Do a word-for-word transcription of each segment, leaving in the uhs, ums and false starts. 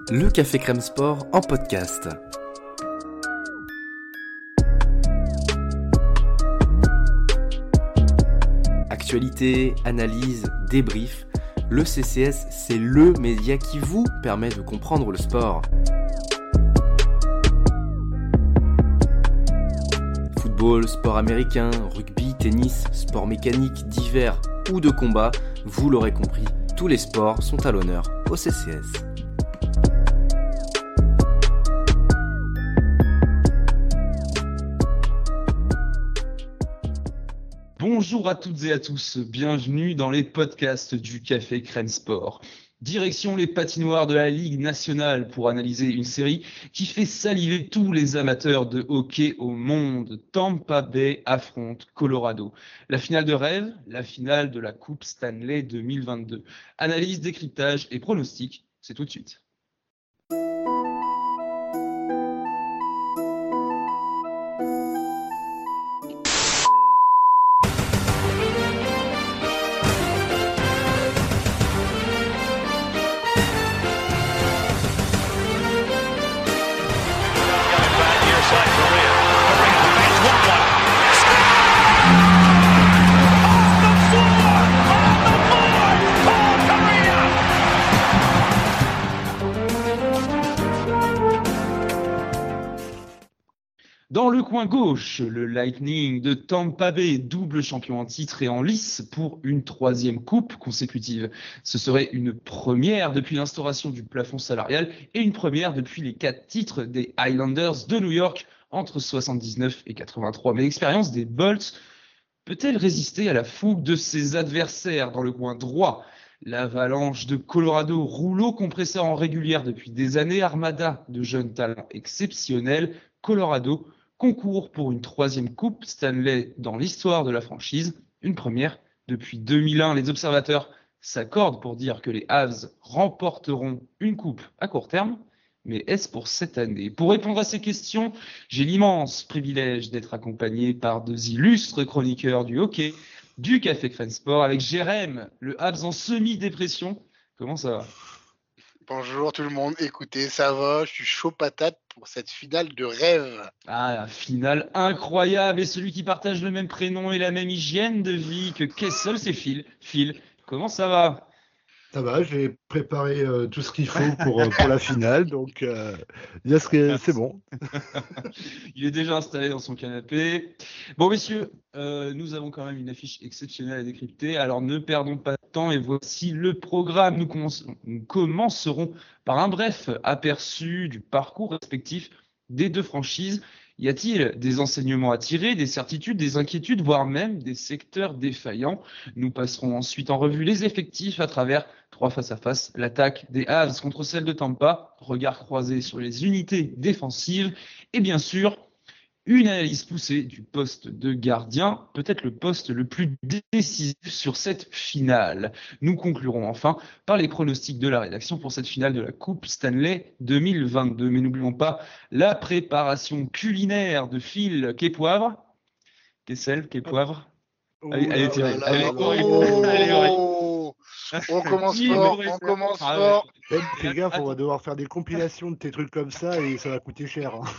Le Café Crème Sport en podcast. Actualité, analyse, débrief, le C C S, c'est le média qui vous permet de comprendre le sport. Football, sport américain, rugby, tennis, sport mécanique, divers ou de combat, vous l'aurez compris, tous les sports sont à l'honneur au C C S. Bonjour à toutes et à tous, bienvenue dans les podcasts du Café Crème Sport. Direction les patinoires de la Ligue nationale pour analyser une série qui fait saliver tous les amateurs de hockey au monde. Tampa Bay affronte Colorado. La finale de rêve, la finale de la Coupe Stanley deux mille vingt-deux. Analyse, décryptage et pronostic, c'est tout de suite. Dans le coin gauche, le Lightning de Tampa Bay, double champion en titre et en lice pour une troisième coupe consécutive. Ce serait une première depuis l'instauration du plafond salarial et une première depuis les quatre titres des Islanders de New York entre soixante-dix-neuf et quatre-vingt-trois. Mais l'expérience des Bolts peut-elle résister à la fougue de ses adversaires dans le coin droit? L'Avalanche de Colorado, rouleau compresseur en régulière depuis des années, armada de jeunes talents exceptionnels. Colorado concourt pour une troisième coupe Stanley dans l'histoire de la franchise, une première depuis deux mille un. Les observateurs s'accordent pour dire que les Avs remporteront une coupe à court terme, mais est-ce pour cette année? Pour répondre à ces questions, j'ai l'immense privilège d'être accompagné par deux illustres chroniqueurs du hockey, du Café Crème Sport, avec Jérém, le Habs en semi-dépression. Comment ça va? Bonjour tout le monde, écoutez, ça va, je suis chaud patate pour cette finale de rêve. Ah, la finale incroyable, et celui qui partage le même prénom et la même hygiène de vie que Kessel, c'est Phil. Phil, comment ça va? Ça va, j'ai préparé euh, tout ce qu'il faut pour, euh, pour la finale, donc euh, yes, c'est bon. Il est déjà installé dans son canapé. Bon, messieurs, euh, nous avons quand même une affiche exceptionnelle à décrypter, alors ne perdons pas de temps et voici le programme. Nous, commence- nous commencerons par un bref aperçu du parcours respectif des deux franchises. Y a-t-il des enseignements à tirer, des certitudes, des inquiétudes, voire même des secteurs défaillants? Nous passerons ensuite en revue les effectifs à travers trois face-à-face, l'attaque des Avs contre celle de Tampa, regard croisé sur les unités défensives et bien sûr une analyse poussée du poste de gardien, peut-être le poste le plus décisif sur cette finale. Nous conclurons enfin par les pronostics de la rédaction pour cette finale de la Coupe Stanley deux mille vingt-deux. Mais n'oublions pas la préparation culinaire de Phil Quay-Poivre. Kessel, Quay-Poivre. Oh Allez, là allez, là tirez. là Allez, là Oh, allez, allez. on commence Qui fort, aurait on fait- commence Ah fort. ouais. Ben, fais gaffe, on Attends. va devoir faire des compilations de tes trucs comme ça et ça va coûter cher. hein.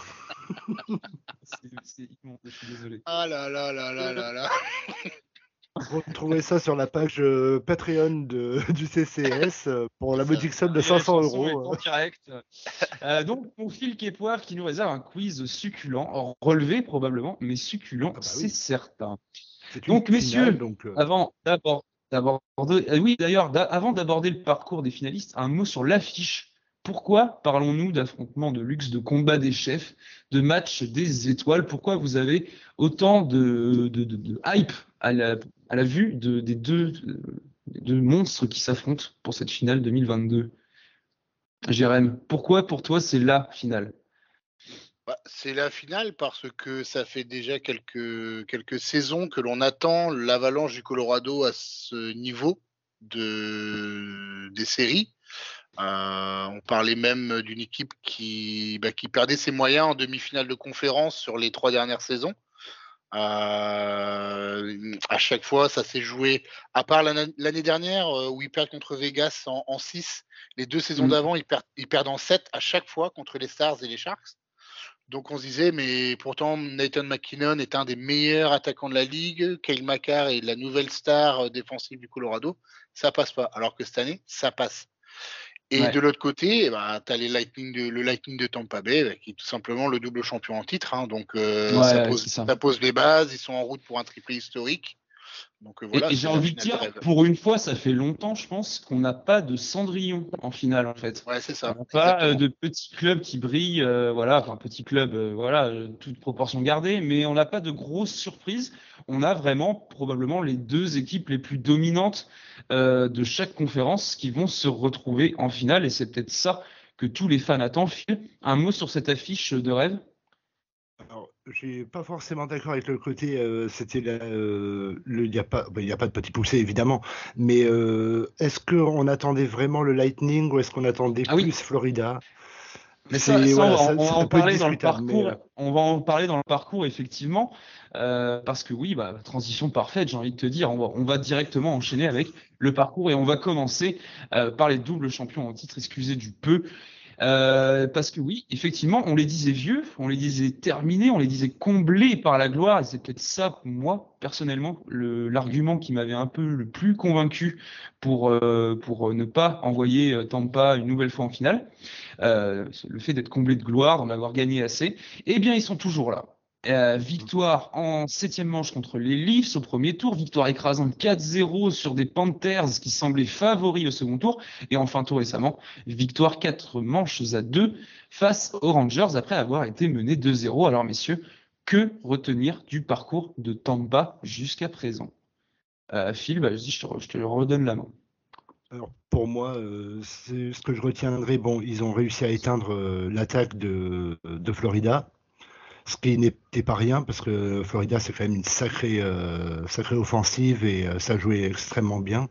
C'est c'est immonde, je suis désolé. Ah là là là là là là. Vous retrouverez ça sur la page euh, Patreon de, du C C S euh, pour la modique somme de Et la cinq cents chanson est euros. en direct. Euh, donc, pour Phil Quay-Poivre qui nous réserve un quiz succulent, relevé probablement, mais succulent, Ah bah c'est oui. certain. C'est une Donc, finale, messieurs, donc euh, avant d'abord- d'aborder, euh, oui, d'ailleurs, d'a- avant d'aborder le parcours des finalistes, un mot sur l'affiche. Pourquoi parlons-nous d'affrontements de luxe, de combat des chefs, de match des étoiles? Pourquoi vous avez autant de, de, de- de hype à la, à la vue de, des deux, euh, des deux monstres qui s'affrontent pour cette finale deux mille vingt-deux? Jérém, pourquoi pour toi c'est la finale? Bah, c'est la finale parce que ça fait déjà quelques, quelques saisons que l'on attend l'Avalanche du Colorado à ce niveau de, des séries. Euh, on parlait même d'une équipe qui, bah, qui perdait ses moyens en demi-finale de conférence sur les trois dernières saisons. Euh, à chaque fois, ça s'est joué. À part l'année, l'année dernière euh, où ils perdent contre Vegas en, en six, les deux saisons Mm. d'avant, ils perdent, ils perdent en sept à chaque fois contre les Stars et les Sharks. Donc on se disait, mais pourtant Nathan McKinnon est un des meilleurs attaquants de la ligue. Cale Makar est la nouvelle star euh, défensive du Colorado. Ça passe pas. Alors que cette année, ça passe. Et Ouais. de l'autre côté, eh ben, tu as les Lightning de, le Lightning de Tampa Bay, bah, qui est tout simplement le double champion en titre. Hein. Donc euh, Ouais, ça, ouais, pose, c'est ça. ça pose les bases. Ils sont en route pour un triplé historique. Donc euh, voilà, Et, et j'ai c'est la envie de finale de dire, rêve. pour une fois, ça fait longtemps, je pense, qu'on n'a pas de Cendrillon en finale, en fait. Ouais, c'est On ça, n'a pas euh, exactement. de petits clubs qui brillent, euh, voilà, enfin, petits clubs, euh, voilà, euh, toute proportion gardée, mais on n'a pas de grosses surprises. On a vraiment, probablement, les deux équipes les plus dominantes euh, de chaque conférence qui vont se retrouver en finale, et c'est peut-être ça que tous les fans attendent. Phil, un mot sur cette affiche de rêve? Alors, je suis pas forcément d'accord avec le côté, euh, c'était la- euh, le, il n'y a pas, ben, il y a pas de petit poussé évidemment, mais euh, est-ce qu'on attendait vraiment le Lightning ou est-ce qu'on attendait Ah oui. plus Florida? Mais ça, C'est ça on voilà, va, en- ça, on va ça en peut être parler dans le discutable, mais parcours. euh, On va en parler dans le parcours, effectivement, euh, parce que oui, bah, transition parfaite, j'ai envie de te dire. On va, on va directement enchaîner avec le parcours et on va commencer euh, par les doubles champions en titre, excusez du peu. Euh, parce que oui, effectivement, on les disait vieux, on les disait terminés, on les disait comblés par la gloire, et c'est peut-être ça, pour moi, personnellement, le, l'argument qui m'avait un peu le plus convaincu pour, euh, pour ne pas envoyer euh, Tampa une nouvelle fois en finale. Euh, le fait d'être comblé de gloire, d'en avoir gagné assez, eh bien, ils sont toujours là. Euh, victoire en septième manche contre les Leafs au premier tour, victoire écrasante quatre zéro sur des Panthers qui semblaient favoris au second tour, et enfin tout récemment, victoire quatre manches à deux face aux Rangers après avoir été mené deux zéro. Alors messieurs, que retenir du parcours de Tampa jusqu'à présent? euh, Phil, bah, vas-y, je te, je te redonne la main. alors pour moi, euh, c'est ce que je retiendrai. Bon, ils ont réussi à éteindre euh, l'attaque de, de Florida, ce qui n'était pas rien parce que Florida c'est quand même une sacrée, euh, sacrée offensive et euh, ça jouait extrêmement bien.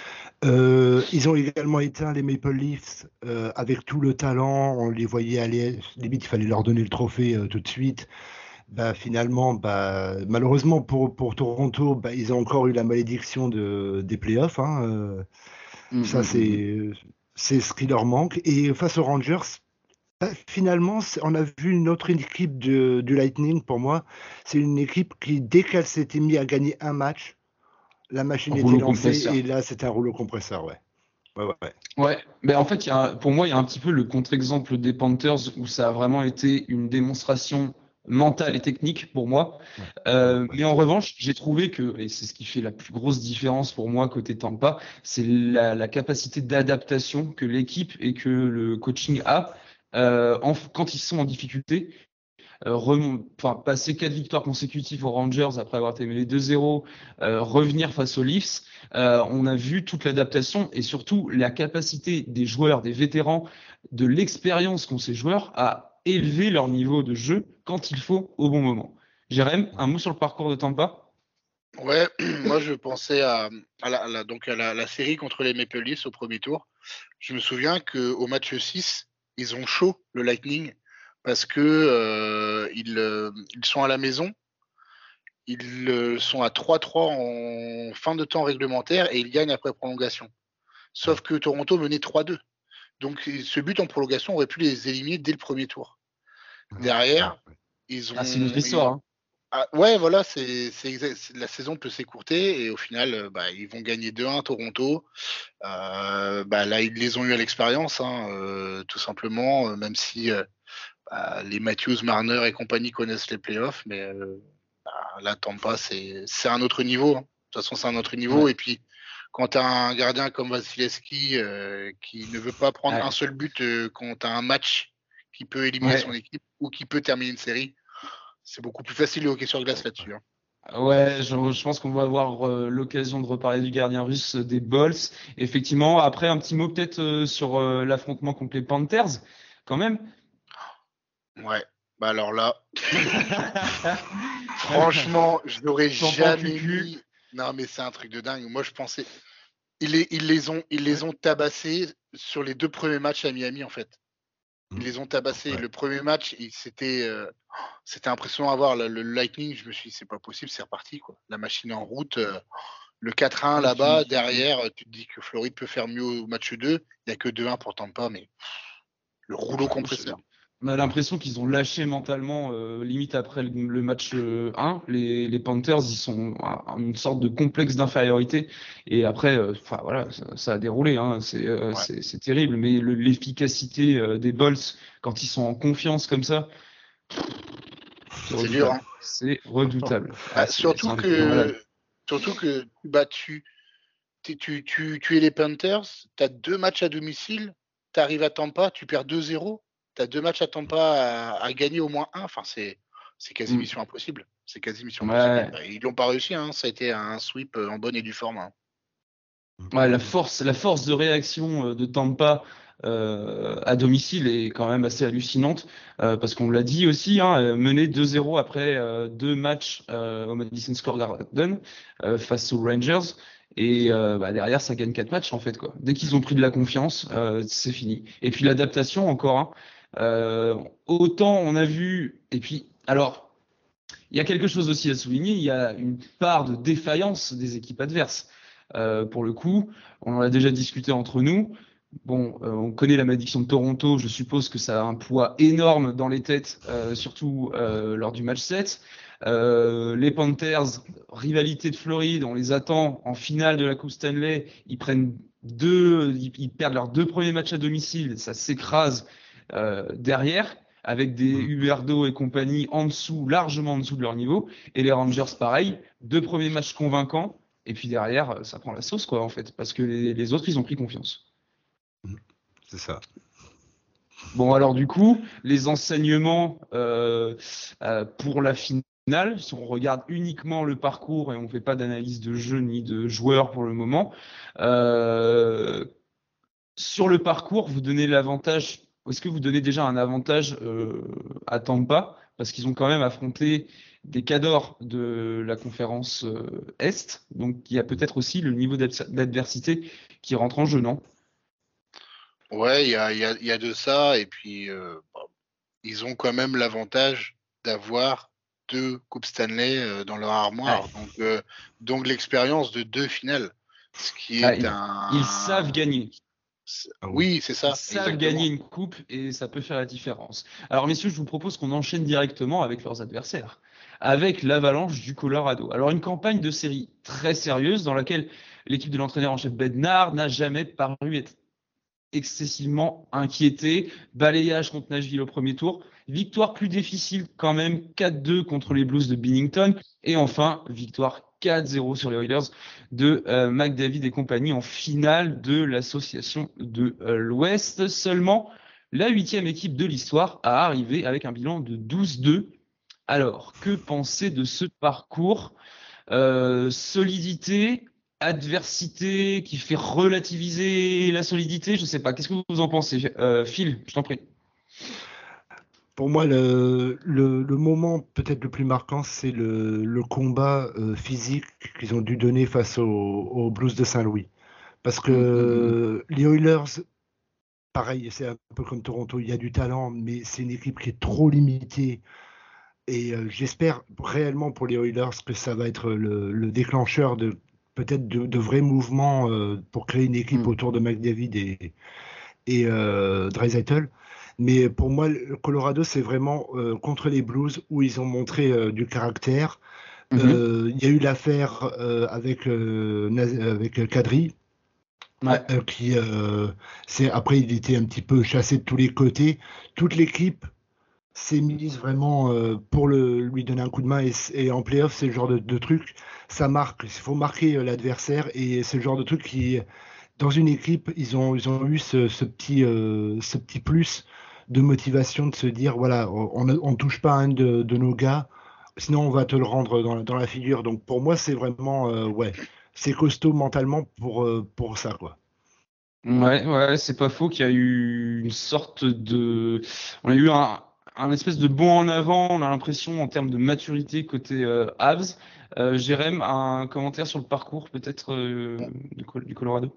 Euh, ils ont également éteint les Maple Leafs euh, avec tout le talent. On les voyait aller, limite il fallait leur donner le trophée euh, tout de suite. Bah, finalement, bah, malheureusement pour, pour Toronto, bah, ils ont encore eu la malédiction de, des playoffs. Hein, euh, Hum, ça, hum, hum, hum. c'est, c'est ce qui leur manque. Et face aux Rangers, bah, finalement, c'est- on a vu une autre équipe de, du Lightning pour moi. C'est une équipe qui, dès qu'elle s'était mise à gagner un match, la machine était Rouleau lancée compresseur. et là, c'était un rouleau compresseur. Ouais. Ouais, ouais, ouais. Ouais, ben en fait, il y a, un- pour moi, il y a un petit peu le contre-exemple des Panthers où ça a vraiment été une démonstration mentale et technique pour moi. Ouais, ouais, Euh, ouais. mais en revanche, j'ai trouvé que, et c'est ce qui fait la plus grosse différence pour moi côté Tampa, c'est la, la capacité d'adaptation que l'équipe et que le coaching a euh, en- quand ils sont en difficulté. Euh, remon- enfin, passer quatre victoires consécutives aux Rangers après avoir été mené deux zéro, euh, revenir face aux Leafs, euh, on a vu toute l'adaptation et surtout la capacité des joueurs, des vétérans, de l'expérience qu'ont ces joueurs à élever leur niveau de jeu quand il faut au bon moment. Jérém, un mot sur le parcours de Tampa? Ouais, moi je pensais à, à la, à la- donc à la, la série contre les Maple Leafs au premier tour. Je me souviens qu'au match six, ils ont chaud le Lightning parce que euh, ils, euh, ils sont à la maison, ils euh, sont à trois trois en fin de temps réglementaire et ils gagnent après prolongation. Ouais. Sauf que Toronto menait trois deux. Donc ce but en prolongation aurait pu les éliminer dès le premier tour. Ouais, ouais, Derrière, ouais. ils Ah, c'est une autre ont, histoire, ils- hein. ah, ouais, voilà, c'est, c'est exact- c'est- la saison peut s'écourter et au final, euh, bah, ils vont gagner deux un Toronto. Euh, bah, là, ils les ont eu à l'expérience, hein, euh, tout simplement, euh, même si euh, bah, les Matthews, Marner et compagnie connaissent les playoffs, mais euh, bah, là, Tampa, c'est, c'est un autre niveau. Hein. De toute façon, c'est un autre niveau. Ouais. Et puis, quand tu as un gardien comme Vasilevski euh, qui ne veut pas prendre un Ouais. seul but euh, quand tu as un match qui peut éliminer son Ouais. équipe ou qui peut terminer une série, c'est beaucoup plus facile le hockey sur glace là-dessus. Hein. Ouais, je, je pense qu'on va avoir euh, l'occasion de reparler du gardien russe euh, des Bols. Effectivement, après un petit mot peut-être euh, sur euh, l'affrontement contre les Panthers, quand même. Ouais. Bah alors là, franchement, je n'aurais Tampon jamais cucu. mis. Non, mais c'est un truc de dingue. Moi, je pensais. Ils les, ils les ont, ils les ont tabassés sur les deux premiers matchs à Miami, en fait. Ils les ont tabassés. Ouais. Le premier match, il- c'était, euh, c'était impressionnant à voir. Le, le Lightning, je me suis dit, c'est pas possible, c'est reparti, quoi. La machine en route. euh, le quatre un Ouais, là-bas, tu- derrière, tu te dis que Floride peut faire mieux au match deux. Il n'y a que deux un pour Tampa, mais le rouleau compresseur. On a l'impression qu'ils ont lâché mentalement, euh, limite après le, le match euh, un. Les, les Panthers, ils sont à une sorte de complexe d'infériorité. Et après, euh, enfin voilà, ça, ça a déroulé. Hein, c'est, euh, Ouais. c'est, c'est terrible. Mais le- l'efficacité euh, des Bolts, quand ils sont en confiance comme ça, c'est C'est dur, redoutable. hein. C'est redoutable. Bah, Ah, c'est, surtout c'est un truc de malade. que, surtout que bah, tu, tu, tu, tu, tu es les Panthers, tu as deux matchs à domicile, tu arrives à Tampa, tu perds deux zéro, tu as deux matchs à Tampa à, à gagner au moins un. Enfin, c'est, c'est quasi Mm. mission impossible. C'est quasi mission Ouais. impossible. Bah, ils l'ont pas réussi, hein. Ça a été un sweep euh, en bonne et due forme. Hein. Ouais, la force, la force de réaction euh, de Tampa euh, à domicile est quand même assez hallucinante euh, parce qu'on l'a dit aussi, hein, euh, mener deux zéro après euh, deux matchs euh, au Madison Square Garden euh, face aux Rangers et euh, bah, derrière ça gagne quatre matchs en fait quoi. Dès qu'ils ont pris de la confiance, euh, c'est fini. Et puis l'adaptation encore, hein, euh, autant on a vu et puis alors il y a quelque chose aussi à souligner, il y a une part de défaillance des équipes adverses. Euh, pour le coup, on en a déjà discuté entre nous. Bon, euh, on connaît la malédiction de Toronto, je suppose que ça a un poids énorme dans les têtes, euh, surtout euh, lors du match sept. Euh, les Panthers, rivalité de Floride, on les attend en finale de la Coupe Stanley. Ils prennent deux, ils, ils perdent leurs deux premiers matchs à domicile, ça s'écrase euh, derrière avec des Huberdeau et compagnie en dessous, largement en dessous de leur niveau. Et les Rangers, pareil, deux premiers matchs convaincants. Et puis derrière, ça prend la sauce, quoi, en fait, parce que les, les autres, ils ont pris confiance. C'est ça. Bon, alors du coup, les enseignements euh, euh, pour la finale, si on regarde uniquement le parcours et on ne fait pas d'analyse de jeu ni de joueurs pour le moment, euh, sur le parcours, vous donnez l'avantage, est-ce que vous donnez déjà un avantage euh, à Tampa? Parce qu'ils ont quand même affronté des cadors de la conférence euh, Est, donc il y a peut-être aussi le niveau d'adver- d'adversité qui rentre en jeu, non? Ouais, il y a, il y, a, il y a de ça. Et puis, euh, bon, ils ont quand même l'avantage d'avoir deux Coupes Stanley euh, dans leur armoire. Ouais. Donc, euh, donc l'expérience de deux finales. Ce qui Ah, est ils, un. ils savent gagner. c'est- Ah oui. Oui, c'est ça. Ils savent Exactement. gagner une coupe et ça peut faire la différence. Alors, messieurs, je vous propose qu'on enchaîne directement avec leurs adversaires, avec l'Avalanche du Colorado. Alors, une campagne de série très sérieuse dans laquelle l'équipe de l'entraîneur en chef Bednar n'a jamais paru être excessivement inquiété. Balayage contre Nashville au premier tour. Victoire plus difficile quand même, quatre deux contre les Blues de Binnington. Et enfin, victoire quatre zéro sur les Oilers de euh, McDavid et compagnie en finale de l'association de euh, l'Ouest. Seulement, la huitième équipe de l'histoire a arrivé avec un bilan de douze deux. Alors, que penser de ce parcours? Euh, solidité, adversité qui fait relativiser la solidité, je sais pas. Qu'est-ce que vous en pensez? Euh, Phil, je t'en prie. Pour moi, le, le, le moment peut-être le plus marquant, c'est le, le combat euh, physique qu'ils ont dû donner face aux, aux Blues de Saint-Louis. Parce que Mm, mm, les Oilers, pareil, c'est un peu comme Toronto, il y a du talent, mais c'est une équipe qui est trop limitée. Et euh, j'espère réellement pour les Oilers que ça va être le, le déclencheur de peut-être de, de vrais mouvements euh, pour créer une équipe mm. autour de McDavid et, et euh, Draisaitl. Mais pour moi, le Colorado, c'est vraiment euh, contre les Blues où ils ont montré euh, du caractère. Mhm. Euh, Il y a eu l'affaire euh, avec, euh, Naz- avec Kadri, Ouais. euh, qui, euh, c'est, après, il était un petit peu chassé de tous les côtés. Toute l'équipe s'est mise vraiment euh, pour le, lui donner un coup de main. Et, et en playoff, c'est le genre de, de truc, ça marque. Il faut marquer euh, l'adversaire. Et c'est le genre de truc qui, dans une équipe, ils ont, ils ont eu ce, ce petit, euh, ce petit plus de motivation de se dire, voilà, on ne touche pas à un de, de nos gars, sinon on va te le rendre dans, la- dans la figure. Donc pour moi, c'est vraiment, euh, ouais, c'est costaud mentalement pour, euh, pour ça, quoi. Ouais, ouais, c'est pas faux qu'il y a eu une sorte de, on a eu un, un espèce de bond en avant. On a l'impression en termes de maturité côté euh, Avs. Euh, Jérém, un commentaire sur le parcours peut-être euh, du, Col- du Colorado?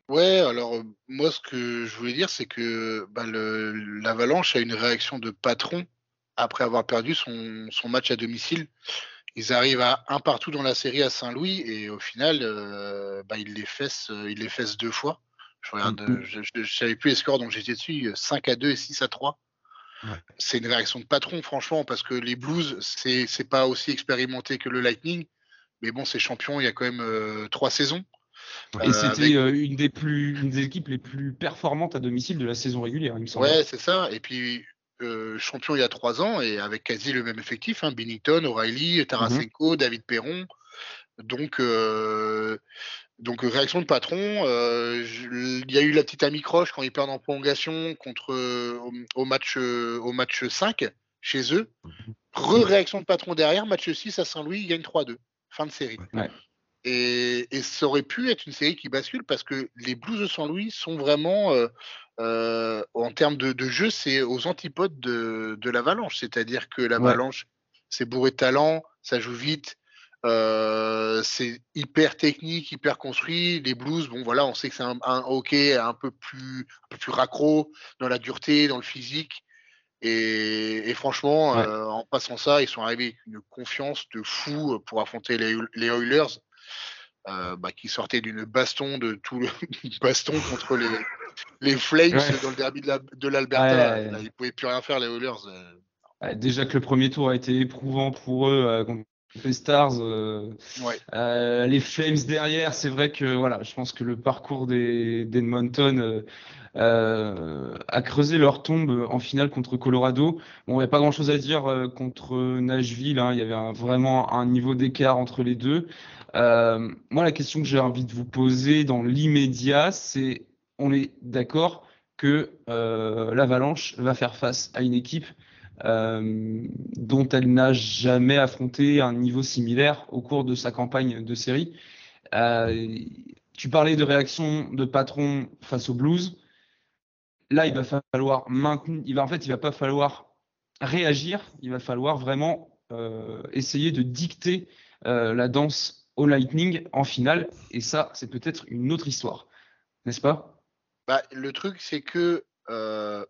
Ouais, alors euh, moi ce que je voulais dire, c'est que bah, le, l'Avalanche a une réaction de patron après avoir perdu son, son match à domicile. Ils arrivent à un partout dans la série à Saint-Louis et au final, euh, bah, ils les fessent, euh, ils les fessent deux fois. Je regarde, euh, Mm. je, je, je savais plus les scores, donc j'étais dessus, euh, cinq à deux et six à trois. Ouais. C'est une réaction de patron, franchement, parce que les Blues, c'est, c'est pas aussi expérimenté que le Lightning, mais bon, c'est champion il y a quand même euh, trois saisons. Et Euh, c'était avec euh, une des plus, une des équipes les plus performantes à domicile de la saison régulière, il me semble. Ouais, c'est ça. Et puis, euh, champion il y a trois ans et avec quasi le même effectif, hein, Binnington, O'Reilly, Tarasenko, David Perron. Donc, euh, donc réaction de patron. euh, je- Il y a eu la petite amicroche quand ils perdent en prolongation contre euh, au, au match euh, au match cinq chez eux. Re-réaction de patron derrière, match six à Saint-Louis, ils gagnent trois deux. Fin de série. Ouais. Et, et ça aurait pu être une série qui bascule parce que les Blues de Saint-Louis sont vraiment, euh, euh, en termes de, de jeu, c'est aux antipodes de, de l'Avalanche. C'est-à-dire que l'Avalanche, c'est bourré de talent, ça joue vite, euh, c'est hyper technique, hyper construit. Les Blues, bon voilà, on sait que c'est un, un hockey un peu plus, un peu plus raccro dans la dureté, dans le physique. Et, et franchement, Ouais. euh, en passant ça, ils sont arrivés avec une confiance de fou pour affronter les, les Oilers. Euh, bah, qui sortait d'une baston de tout le baston contre les, les Flames Ouais. dans le derby de, la, de l'Alberta. Ouais. Là, ils ne pouvaient plus rien faire, les Oilers. Euh. Ouais, déjà que le premier tour a été éprouvant pour eux euh, contre les Stars. euh, Ouais. euh, les Flames derrière, c'est vrai que voilà, je pense que le parcours des d'Edmonton euh, euh, a creusé leur tombe en finale contre Colorado. Bon, il n'y a pas grand-chose à dire euh, contre Nashville. Hein, il y avait un- vraiment un niveau d'écart entre les deux. Euh, moi, la question que j'ai envie de vous poser dans l'immédiat, c'est, on est d'accord que euh, l'Avalanche va faire face à une équipe euh, dont elle n'a jamais affronté un niveau similaire au cours de sa campagne de série. Euh, tu parlais de réaction de patron face aux Blues. Là, il va falloir maintenir. Il va, en fait, il va pas falloir réagir. Il va falloir vraiment euh, essayer de dicter euh, la danse au Lightning en finale. Et ça, c'est peut-être une autre histoire, n'est-ce pas? Bah, le truc, c'est que euh,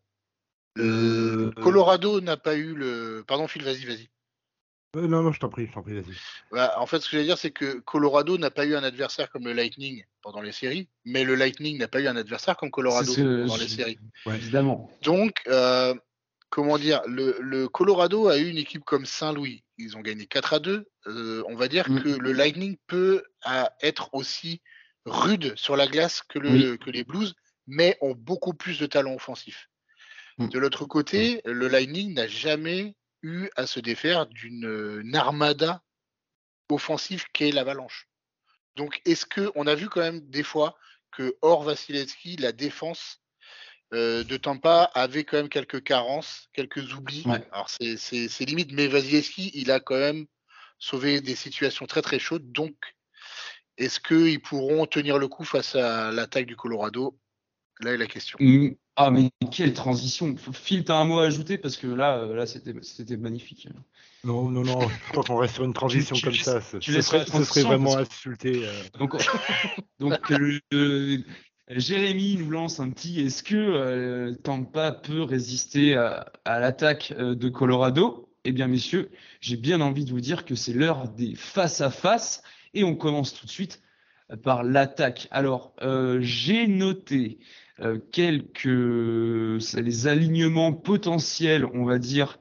Euh, Colorado n'a pas eu le. Pardon, Phil, vas-y, vas-y. euh, non, non, je t'en prie, je t'en prie, vas-y. Bah, en fait, ce que je veux dire, c'est que Colorado n'a pas eu un adversaire comme le Lightning pendant les séries, mais le Lightning n'a pas eu un adversaire comme Colorado C'est ce que pendant je- les séries. Ouais. Évidemment. Donc, euh, comment dire, le, le Colorado a eu une équipe comme Saint-Louis. Ils ont gagné quatre à deux. Euh, on va dire Mm. que le Lightning peut à, être aussi rude sur la glace que, le, Oui. que les Blues, mais ont beaucoup plus de talent offensif. Mm. De l'autre côté, le Lightning n'a jamais eu à se défaire d'une une armada offensive qu'est l'Avalanche. Donc, est-ce que on a vu quand même des fois que hors Vasilevski, la défense euh, de Tampa avait quand même quelques carences, quelques oublis. Ouais. Alors c'est, c'est, c'est limite, mais Vasilevski, il a quand même sauvé des situations très très chaudes. Donc, est-ce qu'ils pourront tenir le coup face à l'attaque du Colorado? Là est la question. Mm. Ah, mais quelle transition! Phil, t'as un mot à ajouter parce que là, euh, là c'était, c'était magnifique. Non, non, non, je crois qu'on reste sur une transition Tu- tu comme laisses- ça. Ce, tu ce laisses serait, la ce serait transition vraiment parce insulté. euh. Donc, donc euh, euh, Jérémy nous lance un petit. Est-ce que euh, Tampa peut résister à, à l'attaque euh, de Colorado? Eh bien, messieurs, j'ai bien envie de vous dire que c'est l'heure des face à face et on commence tout de suite euh, par l'attaque. Alors, euh, j'ai noté euh, quelques c'est les alignements potentiels, on va dire,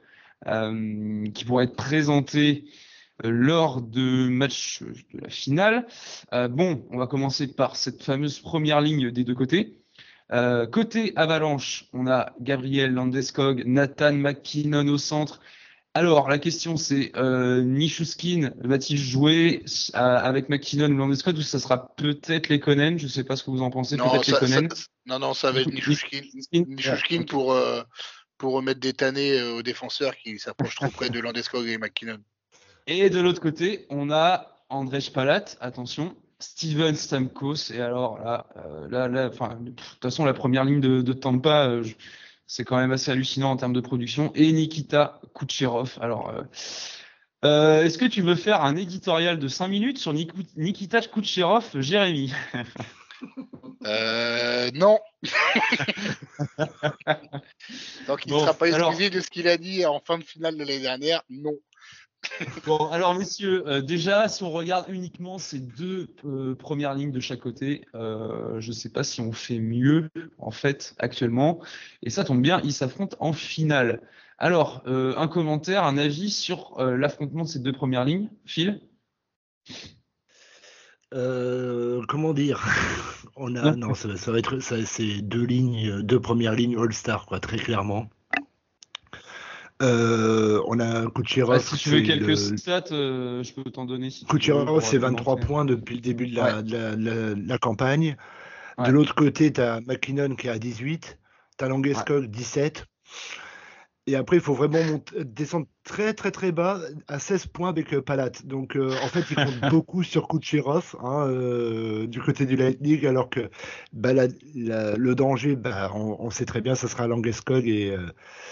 euh, qui pourraient être présentés euh, lors de match de la finale. Euh, bon, on va commencer par cette fameuse première ligne des deux côtés. Euh, côté Avalanche, on a Gabriel Landeskog, Nathan McKinnon au centre. Alors, la question c'est, euh, Nichushkin va-t-il jouer euh, avec McKinnon ou Landeskog ou ça sera peut-être Lekonen? Je ne sais pas ce que vous en pensez, Non, peut-être ça, ça, Lekonen. non, non, ça va être Nichushkin, Nichushkin Ouais, ok. pour, euh, pour remettre des tannés aux défenseurs qui s'approchent trop près de Landeskog et McKinnon. Et de l'autre côté, on a André Spalat, attention, Steven Stamkos. Et alors là, euh, là, là, enfin, de toute façon, la première ligne de, de Tampa, euh, je- c'est quand même assez hallucinant en termes de production. Et Nikita Kucherov. Alors, euh, euh, est-ce que tu veux faire un éditorial de cinq minutes sur Niku- Nikita Kucherov, Jérémy? Euh, non. Donc il ne Bon, sera pas alors- excusé de ce qu'il a dit en fin de finale de l'année dernière. Non. Bon, alors messieurs, euh, déjà, si on regarde uniquement ces deux euh, premières lignes de chaque côté, euh, je ne sais pas si on fait mieux, en fait, actuellement. Et ça tombe bien, ils s'affrontent en finale. Alors, euh, un commentaire, un avis sur euh, l'affrontement de ces deux premières lignes, Phil? Euh, comment dire? On a non, ça, ça va être ça, c'est deux lignes, deux premières lignes All-Star, quoi, très clairement. Euh, on a Kucherov, Ah, si tu veux c'est quelques le- stats, euh, je peux t'en donner si tu veux. Kucherov, pour c'est vingt-trois argumenter. points depuis le début de la, Ouais. de la, de la- de la campagne. De Ouais. l'autre côté, tu as McKinnon qui est à dix-huit, tu as Landeskog dix-sept. Et après, il faut vraiment monter- descendre très très très bas à seize points avec euh, Palat. Donc euh, en fait, il compte beaucoup sur Kucherov hein, euh, du côté du Lightning, alors que bah, la- la- le danger, bah, on, on sait très bien, ça sera Landeskog et, euh,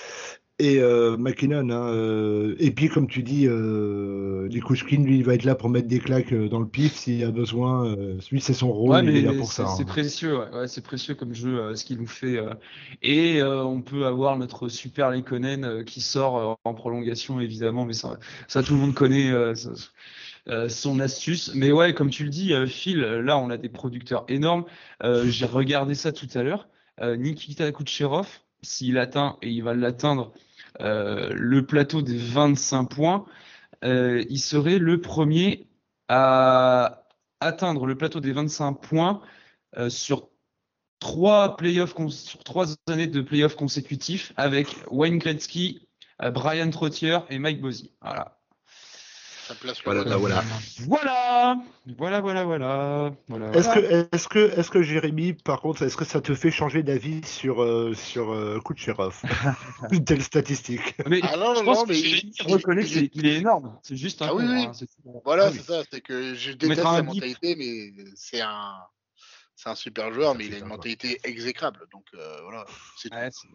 et euh, McKinnon. Hein, euh. Et puis, comme tu dis, euh, Nikushkin, lui, il va être là pour mettre des claques euh, dans le pif s'il y a besoin. Euh, lui, c'est son rôle, Ouais, il est là mais pour c'est ça. c'est Hein. précieux, ouais. Ouais, c'est précieux comme jeu, euh, ce qu'il nous fait. euh. Et euh, on peut avoir notre super Lekonen euh, qui sort euh, en prolongation, évidemment, mais ça, ça tout le monde connaît euh, ça- euh, son astuce. Mais ouais, comme tu le dis, euh, Phil, là, on a des producteurs énormes. Euh, j'ai regardé ça tout à l'heure. Euh, Nikita Kucherov, s'il atteint, et il va l'atteindre, euh, le plateau des vingt-cinq points, euh, il serait le premier à atteindre le plateau des vingt-cinq points euh, sur trois playoffs cons- sur trois années de playoffs consécutifs avec Wayne Gretzky, euh, Brian Trottier et Mike Bossy. Voilà. Ça place le Voilà, bonhomme. voilà. Voilà, voilà, voilà, voilà, voilà. Est-ce que, voilà. est-ce que, est-ce que Jérémy, par contre, est-ce que ça te fait changer d'avis sur, euh, sur euh, Kucherov? Une telle statistique. Mais Ah non, je non, pense non, que mais Jérémy il, reconnaît il est... qu'il est énorme. C'est juste un Ah oui, con. oui. Hein. C'est- Voilà, Ah oui. c'est ça. C'est que je On déteste mettra sa un bip. mentalité, mais c'est un, c'est un super joueur, Ça, mais il c'est a une pas quoi. mentalité exécrable. Donc euh, voilà, c'est tout. Ouais, c'est-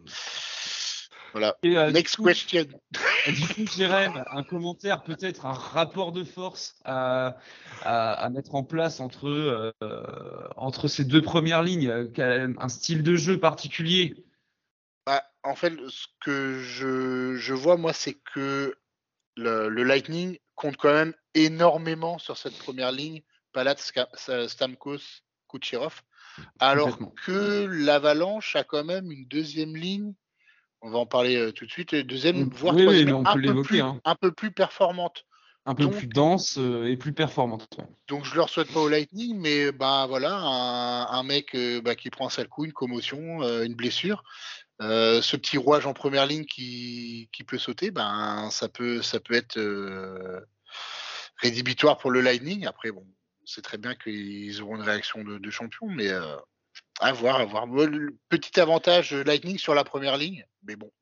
Voilà. Et, euh, du Next coup, question. Du coup, Jérém, un commentaire, peut-être un rapport de force à, à, à mettre en place entre, euh, entre ces deux premières lignes, euh, quel- un style de jeu particulier. Bah, en fait, ce que je, je vois, moi, c'est que le, le Lightning compte quand même énormément sur cette première ligne, Palat, Ska- Sa- Stamkos, Kucherov, alors Complètement. que l'Avalanche a quand même une deuxième ligne, on va en parler euh, tout de suite, une deuxième, On- voire oui, oui, troisième, mais ligne, on un peut peu l'évoquer, plus, hein. un peu plus performante. Un peu Donc, plus dense euh, et plus performante. Ouais. donc je leur souhaite pas au Lightning, mais bah voilà, un, un mec euh, bah, qui prend un sale coup, une commotion, euh, une blessure. Euh, ce petit rouage en première ligne qui, qui peut sauter, ben ça peut ça peut être euh, rédhibitoire pour le Lightning. Après bon, c'est très bien qu'ils auront une réaction de, de champion, mais euh, à voir, à voir. Moi, le petit avantage euh, Lightning sur la première ligne, mais bon,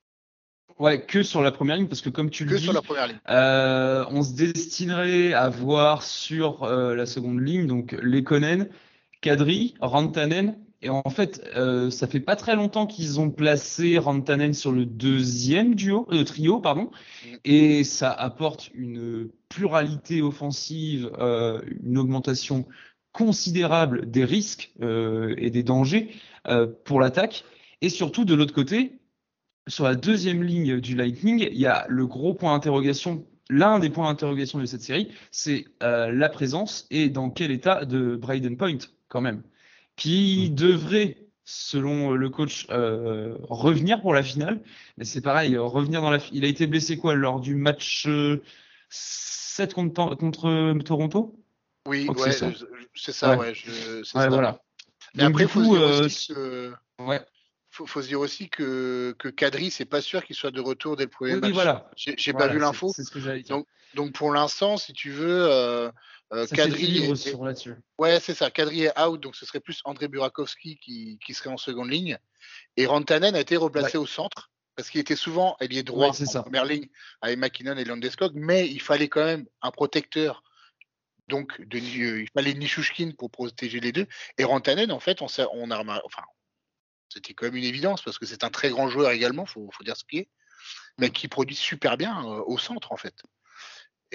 Ouais, que sur la première ligne, parce que comme tu le que sur la dis, première ligne. euh, on se destinerait à voir sur euh, la seconde ligne, donc Lekonen, Kadri, Rantanen. Et en fait, euh, ça fait pas très longtemps qu'ils ont placé Rantanen sur le deuxième duo, euh, trio, pardon, Mm. et ça apporte une pluralité offensive, euh, une augmentation considérable des risques euh, et des dangers euh, pour l'attaque. Et surtout, de l'autre côté, sur la deuxième ligne du Lightning, il y a le gros point d'interrogation. L'un des points d'interrogation de cette série, c'est euh, la présence et dans quel état de Braden Point, quand même, qui devrait, selon le coach, euh, revenir pour la finale. Mais c'est pareil, euh, revenir dans la. fi- Il a été blessé quoi lors du match euh, sept contre, contre Toronto? Je Oui, crois que c'est ouais, ça. je- c'est ça, Ouais, ouais, je- c'est ouais, ça. voilà. Mais Donc après, du il faut se coup, dire euh, aussi que ouais. faut, faut se dire aussi que, que Kadri, c'est pas sûr qu'il soit de retour dès le premier Oui, oui, match. voilà. J'ai j'ai pas vu Voilà, c'est l'info. c'est ce que j'allais dire. Donc, donc pour l'instant, si tu veux, euh, euh, Ça Kadri s'équilibre est, est- sur là-dessus. ouais, c'est ça. Kadri est out, donc ce serait plus André Burakovsky qui, qui serait en seconde ligne. Et Rantanen a été Ouais, replacé au centre parce qu'il était souvent ailier ouais, droit c'est en ça. première ligne avec McKinnon et Landeskog, mais il fallait quand même un protecteur. Donc, de, euh, il fallait Nishushkin pour protéger les deux. Et Rantanen, en fait, on, s'est- on a remarqué, enfin, c'était quand même une évidence parce que c'est un très grand joueur également, faut, faut dire ce qui est, mais qui produit super bien euh, au centre en fait.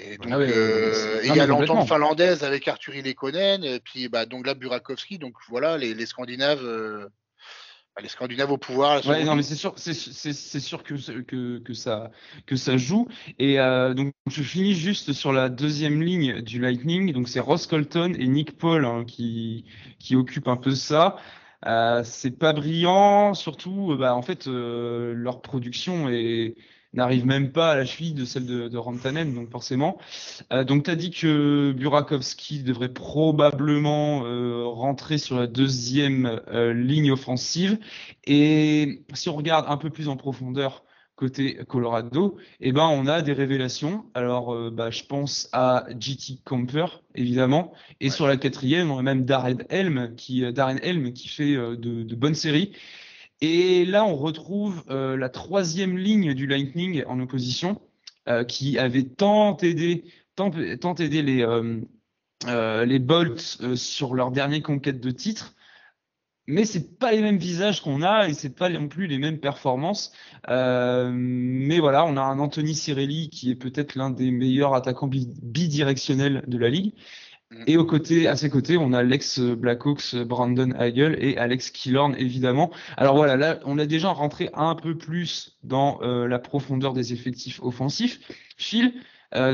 Et donc, Ah ouais, euh, c'est- et non, il y a mais l'entente complètement. finlandaise avec Arthur Ilekkonen, et puis bah, donc là, Burakovsky. Donc voilà, les, les Scandinaves, euh, bah, les Scandinaves au pouvoir là, sont Ouais, non, mais revenus. c'est sûr, c'est, c'est, c'est sûr que, que, que ça, que ça joue. Et euh, donc, je finis juste sur la deuxième ligne du Lightning. Donc, c'est Ross Colton et Nick Paul hein, qui, qui occupent un peu ça. Euh, c'est pas brillant, surtout, euh, bah, en fait, euh, leur production est, n'arrive même pas à la cheville de celle de, de Rantanen, donc forcément. Euh, donc, tu as dit que Burakovsky devrait probablement euh, rentrer sur la deuxième euh, ligne offensive. Et si on regarde un peu plus en profondeur côté Colorado, eh ben, on a des révélations. Alors, euh, bah, je pense à J T Camper, évidemment. Et Ouais. sur la quatrième, on a même Darren Helm qui, euh, Darren Helm qui fait euh, de, de bonnes séries. Et là, on retrouve euh, la troisième ligne du Lightning en opposition, euh, qui avait tant aidé, tant, tant aidé les, euh, euh, les Bolts euh, sur leur dernière conquête de titre. Mais c'est pas les mêmes visages qu'on a et c'est pas non plus les mêmes performances. Euh, mais voilà, on a un Anthony Cirelli qui est peut-être l'un des meilleurs attaquants bi- bidirectionnels de la ligue. Mm. Et aux côtés, à ses côtés, on a l'ex Blackhawks Brandon Hagel et Alex Killorn, évidemment. Alors voilà, là, on a déjà rentré un peu plus dans euh, la profondeur des effectifs offensifs. Phil, euh,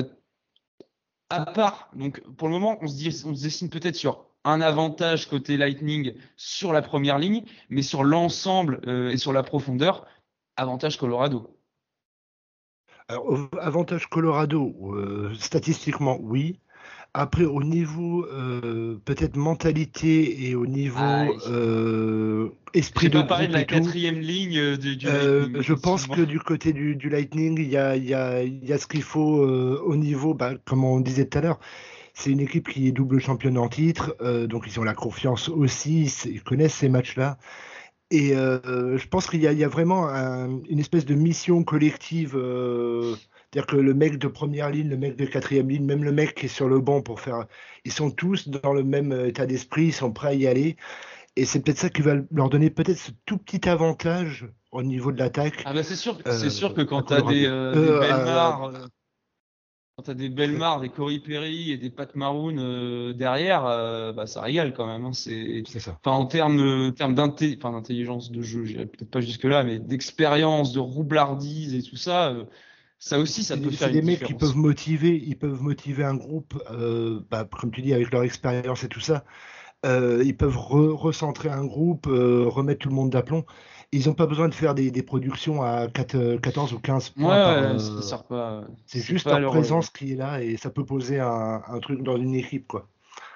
à part, donc pour le moment, on se dit, on se dessine peut-être sur un avantage côté Lightning sur la première ligne, mais sur l'ensemble euh, et sur la profondeur, avantage Colorado. Alors, au- avantage Colorado, euh, statistiquement, oui. Après, au niveau euh, peut-être mentalité et au Ah, niveau euh, esprit j'ai de pas parlé de groupe la et tout, quatrième ligne euh, du, du euh, Lightning, je pense effectivement. que du côté du, du Lightning, il y a, il y a- il y a ce qu'il faut euh, au niveau, bah, comme on disait tout à l'heure, c'est une équipe qui est double championne en titre, euh, donc ils ont la confiance aussi, c'est- ils connaissent ces matchs-là. Et euh, je pense qu'il y a, il y a vraiment un- une espèce de mission collective. euh, C'est-à-dire que le mec de première ligne, le mec de quatrième ligne, même le mec qui est sur le banc pour faire. Ils sont tous dans le même euh, état d'esprit, ils sont prêts à y aller. Et c'est peut-être ça qui va leur donner peut-être ce tout petit avantage au niveau de l'attaque Ah bah c'est sûr, c'est sûr euh, que à quand t'as des, Colorado. euh, des Euh, à- Belmar, euh, quand t'as des Belmar, des Corey Perry et des Pat Maroon euh, derrière, euh, bah ça régale quand même. Hein. C'est, c'est ça. enfin en termes, euh, termes d'inté- enfin, d'intelligence de jeu, j'irai peut-être pas jusque là, mais d'expérience, de roublardise et tout ça, euh, ça aussi, ça C'est peut des, faire c'est une des mecs qui peuvent différence. motiver, ils peuvent motiver un groupe, euh, bah, comme tu dis, avec leur expérience et tout ça. Euh, ils peuvent re- recentrer un groupe, euh, remettre tout le monde d'aplomb. Ils n'ont pas besoin de faire des, des productions à quatre- euh, quatorze ou quinze Ouais, points par. ouais, ça euh, sert pas, C'est c'est juste pas leur leur. euh, présence qui est là et ça peut poser un, un truc dans une équipe, quoi.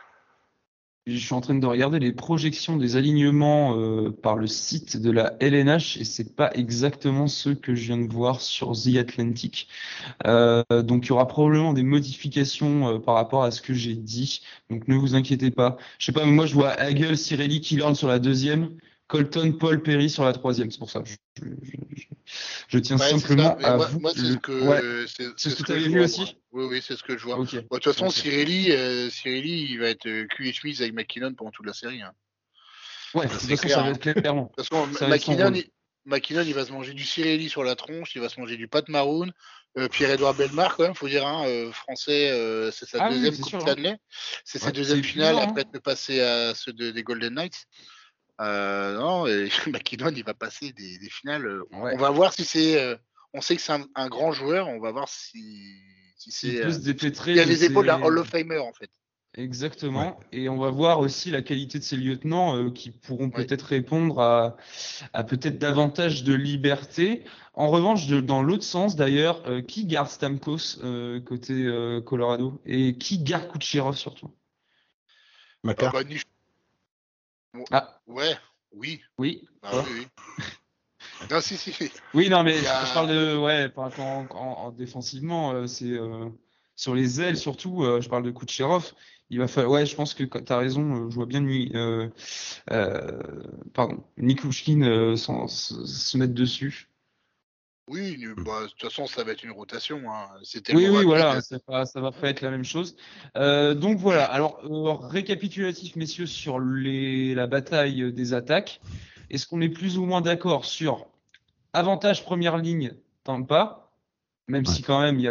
Je suis en train de regarder les projections des alignements euh, par le site de la L N H et c'est pas exactement ceux que je viens de voir sur The Atlantic. Euh, donc il y aura probablement des modifications euh, par rapport à ce que j'ai dit. Donc ne vous inquiétez pas. Je sais pas, mais moi je vois Hagel, Cirelli, Killorn sur la deuxième, Colton, Paul, Perry sur la troisième. C'est pour ça. Je, je, je- je tiens Ouais, c'est ça. simplement Et à moi, vous. moi c'est ce Le... Ouais, que c'est c'est c'est ce que ce tu que avais je vu vois, moi. aussi? Oui, oui, c'est ce que je vois. Ok. Bon, de toute façon, Ok. Cirelli, euh, Cirelli, il va être euh, cul et chemise avec McKinnon pendant toute la série. Hein. Ouais, de Ça, toute c'est façon, clair. ça va Hein. être clairement. De toute façon, Ça va être son McKinnon, rôle. il, McKinnon, il va se manger du Cirelli sur la tronche, il va se manger du Pat Maroon. Euh, Pierre-Édouard Bellemare, quand même, faut dire, hein, euh, français, euh, c'est sa Ah oui, deuxième c'est Coupe sûr. Hein. Stanley. C'est sa Ouais, c'est deuxième finale épuisant. après Hein. être passé à ceux de- des Golden Knights. Euh, non, et McKinnon, il va passer des, des finales. euh, On Ouais. va voir si c'est. euh, on sait que c'est un, un grand joueur. On va voir si, si S'il c'est. peut euh, se il dépêtrer a de les épaules d'un ses. Hall of Famer, en fait. Ouais. Exactement. Et on va voir aussi la qualité de ces lieutenants euh, qui pourront Oui. peut-être répondre à, à peut-être davantage de liberté. En revanche, de- dans l'autre sens d'ailleurs, euh, qui garde Stamkos euh, côté euh, Colorado et qui garde Kucherov surtout? Ah Macar. bah, Nish- Ah, Ouais, oui. oui. Ah Quoi? oui, oui. Non, si, si. Oui, non, mais Il y je, je parle a. de ouais, par- quand, quand- en défensivement, euh, c'est euh, sur les ailes surtout. Euh, je parle de Kucherov. Il va falloir. Ouais, je pense que tu as raison. euh, je vois bien lui. Euh, euh, pardon, Nikushkin euh, s'en- se, se mettre dessus. Oui, nu- bah, de toute façon, ça va être une rotation. Hein. C'est Oui, tellement oui, voilà, rapide. c'est pas, ça va pas être la même chose. Euh, donc voilà. Alors euh, récapitulatif, messieurs, sur les, la bataille des attaques. Est-ce qu'on est plus ou moins d'accord sur avantage première ligne Tampa, même Ouais. si quand même il y a du